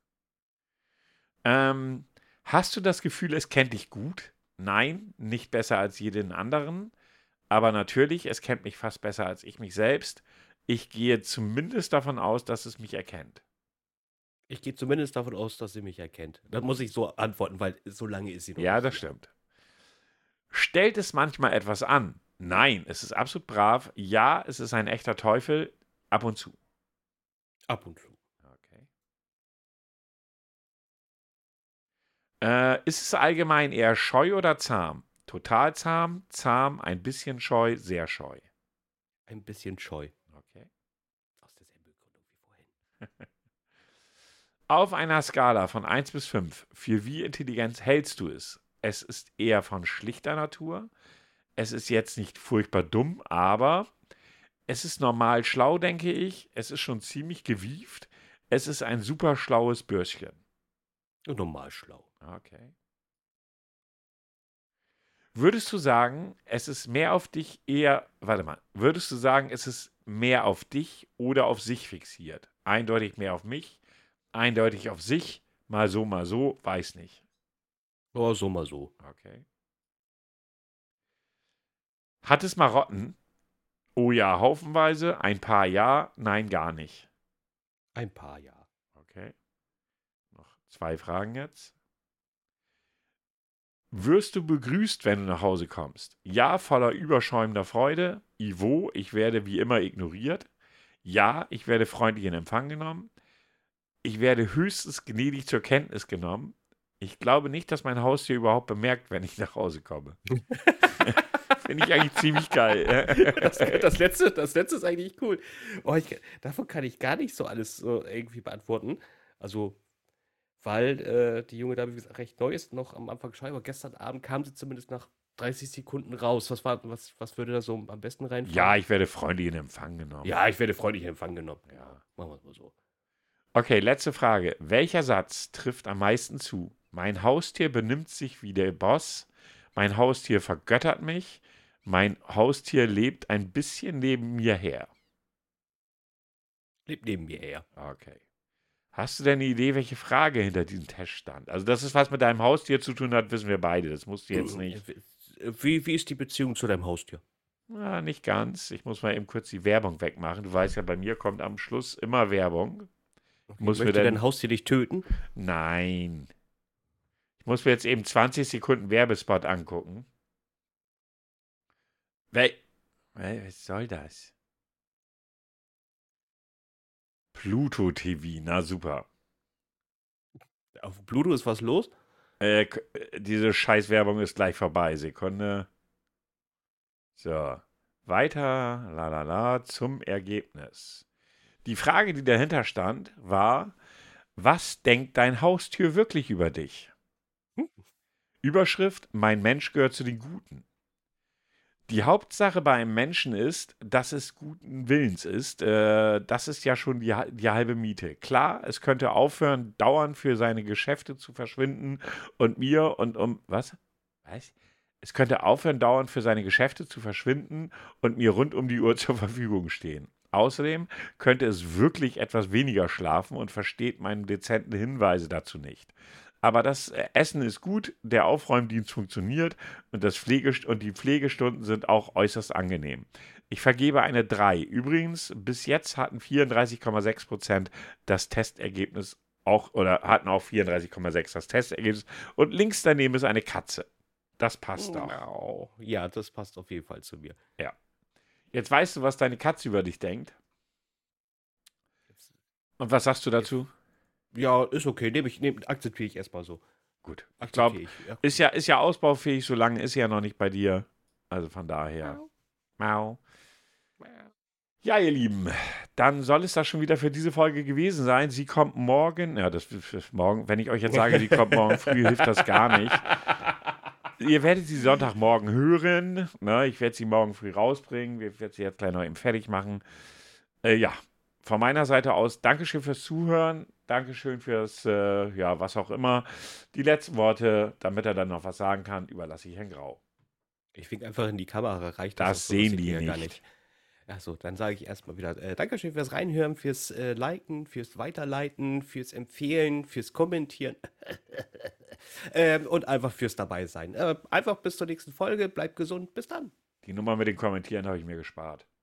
B: Hast du das Gefühl, es kennt dich gut? Nein, nicht besser als jeden anderen. Aber natürlich, es kennt mich fast besser als ich mich selbst. Ich gehe zumindest davon aus, dass es mich erkennt.
A: Ich gehe zumindest davon aus, dass sie mich erkennt. Das muss ich so antworten, weil so lange ist sie noch
B: Ja,
A: nicht
B: das
A: hier.
B: stimmt. Stellt es manchmal etwas an? Nein, es ist absolut brav. Ja, es ist ein echter Teufel. Ab und zu.
A: Ab und zu.
B: Okay. Ist es allgemein eher scheu oder zahm? Total zahm, zahm, ein bisschen scheu, sehr scheu.
A: Ein bisschen scheu.
B: Okay.
A: Aus derselben Begründung wie vorhin.
B: Auf einer Skala von 1 bis 5, für wie intelligent hältst du es? Es ist eher von schlichter Natur. Es ist jetzt nicht furchtbar dumm, aber es ist normal schlau, denke ich. Es ist schon ziemlich gewieft. Es ist ein super schlaues Bürschchen.
A: Und normal schlau.
B: Okay. Würdest du sagen, es ist mehr auf dich eher, warte mal, würdest du sagen, es ist mehr auf dich oder auf sich fixiert? Eindeutig mehr auf mich, eindeutig auf sich, mal so, weiß nicht.
A: Oh, so mal so.
B: Okay. Hat es Marotten? Oh ja, haufenweise, ein paar ja, nein, gar nicht.
A: Ein paar, ja.
B: Okay. Noch 2 Fragen jetzt. Wirst du begrüßt, wenn du nach Hause kommst? Ja, voller überschäumender Freude. Ivo, ich werde wie immer ignoriert. Ja, ich werde freundlich in Empfang genommen. Ich werde höchstens gnädig zur Kenntnis genommen. Ich glaube nicht, dass mein Haustier überhaupt bemerkt, wenn ich nach Hause komme. Finde ich eigentlich ziemlich geil.
A: Das letzte ist eigentlich cool. Oh, davon kann ich gar nicht so alles so irgendwie beantworten. Also, weil die junge Dame, wie gesagt, recht neu ist, noch am Anfang scheu, aber gestern Abend kam sie zumindest nach 30 Sekunden raus. Was würde da so am besten reinfallen?
B: Ja, ich werde freundlich in Empfang genommen.
A: Ja, ich werde freundlich in Empfang genommen.
B: Ja.
A: Machen wir es mal so.
B: Okay, letzte Frage. Welcher Satz trifft am meisten zu? Mein Haustier benimmt sich wie der Boss. Mein Haustier vergöttert mich. Mein Haustier lebt ein bisschen neben mir her.
A: Lebt neben mir her.
B: Okay. Hast du denn eine Idee, welche Frage hinter diesem Test stand? Also, dass es was mit deinem Haustier zu tun hat, wissen wir beide. Das musst du jetzt nicht.
A: Wie ist die Beziehung zu deinem Haustier?
B: Na, nicht ganz. Ich muss mal eben kurz die Werbung wegmachen. Du weißt ja, bei mir kommt am Schluss immer Werbung. Muss mir
A: Möchte
B: denn-
A: dein Haustier dich töten?
B: Nein. Ich muss mir jetzt eben 20 Sekunden Werbespot angucken. Was soll das? Pluto TV, na super.
A: Auf Pluto ist was los?
B: Diese Scheißwerbung ist gleich vorbei. Sekunde. So. Weiter, zum Ergebnis. Die Frage, die dahinter stand, war: Was denkt dein Haustier wirklich über dich? Überschrift: Mein Mensch gehört zu den Guten. Die Hauptsache bei einem Menschen ist, dass es guten Willens ist. Das ist ja schon die halbe Miete. Klar, es könnte aufhören, dauernd für seine Geschäfte zu verschwinden und mir und was? Was? Es könnte aufhören, dauernd für seine Geschäfte zu verschwinden und mir rund um die Uhr zur Verfügung stehen. Außerdem könnte es wirklich etwas weniger schlafen und versteht meine dezenten Hinweise dazu nicht. Aber das Essen ist gut, der Aufräumdienst funktioniert und die Pflegestunden sind auch äußerst angenehm. Ich vergebe eine 3. Übrigens, bis jetzt hatten 34,6% das Testergebnis hatten auch 34,6 das Testergebnis. Und links daneben ist eine Katze. Das passt auch.
A: Oh, ja, das passt auf jeden Fall zu mir.
B: Ja. Jetzt weißt du, was deine Katze über dich denkt. Und was sagst du dazu?
A: Ja, ist okay. Akzeptiere ich erstmal so.
B: Gut. Ich glaube,
A: Akzeptiere ich. Ja.
B: ist ja ausbaufähig, so lange ist sie ja noch nicht bei dir. Also von daher. Mau. Ja, ihr Lieben, dann soll es das schon wieder für diese Folge gewesen sein. Sie kommt morgen. Ja, das ist morgen. Wenn ich euch jetzt sage, sie kommt morgen früh, hilft das gar nicht. Ihr werdet sie Sonntagmorgen hören. Ne? Ich werde sie morgen früh rausbringen. Wir werden sie jetzt gleich noch eben fertig machen. Ja, von meiner Seite aus, Dankeschön fürs Zuhören. Dankeschön fürs, ja, was auch immer. Die letzten Worte, damit er dann noch was sagen kann, überlasse ich Herrn Grau.
A: Ich wink einfach in die Kamera, reicht
B: Das
A: auch so,
B: sehen
A: sieht
B: die
A: ihr ja
B: nicht.
A: Achso, dann sage ich erstmal wieder Dankeschön fürs Reinhören, fürs Liken, fürs Weiterleiten, fürs Empfehlen, fürs Kommentieren und einfach fürs Dabei sein. Einfach bis zur nächsten Folge, bleibt gesund, bis dann.
B: Die Nummer mit den Kommentieren habe ich mir gespart.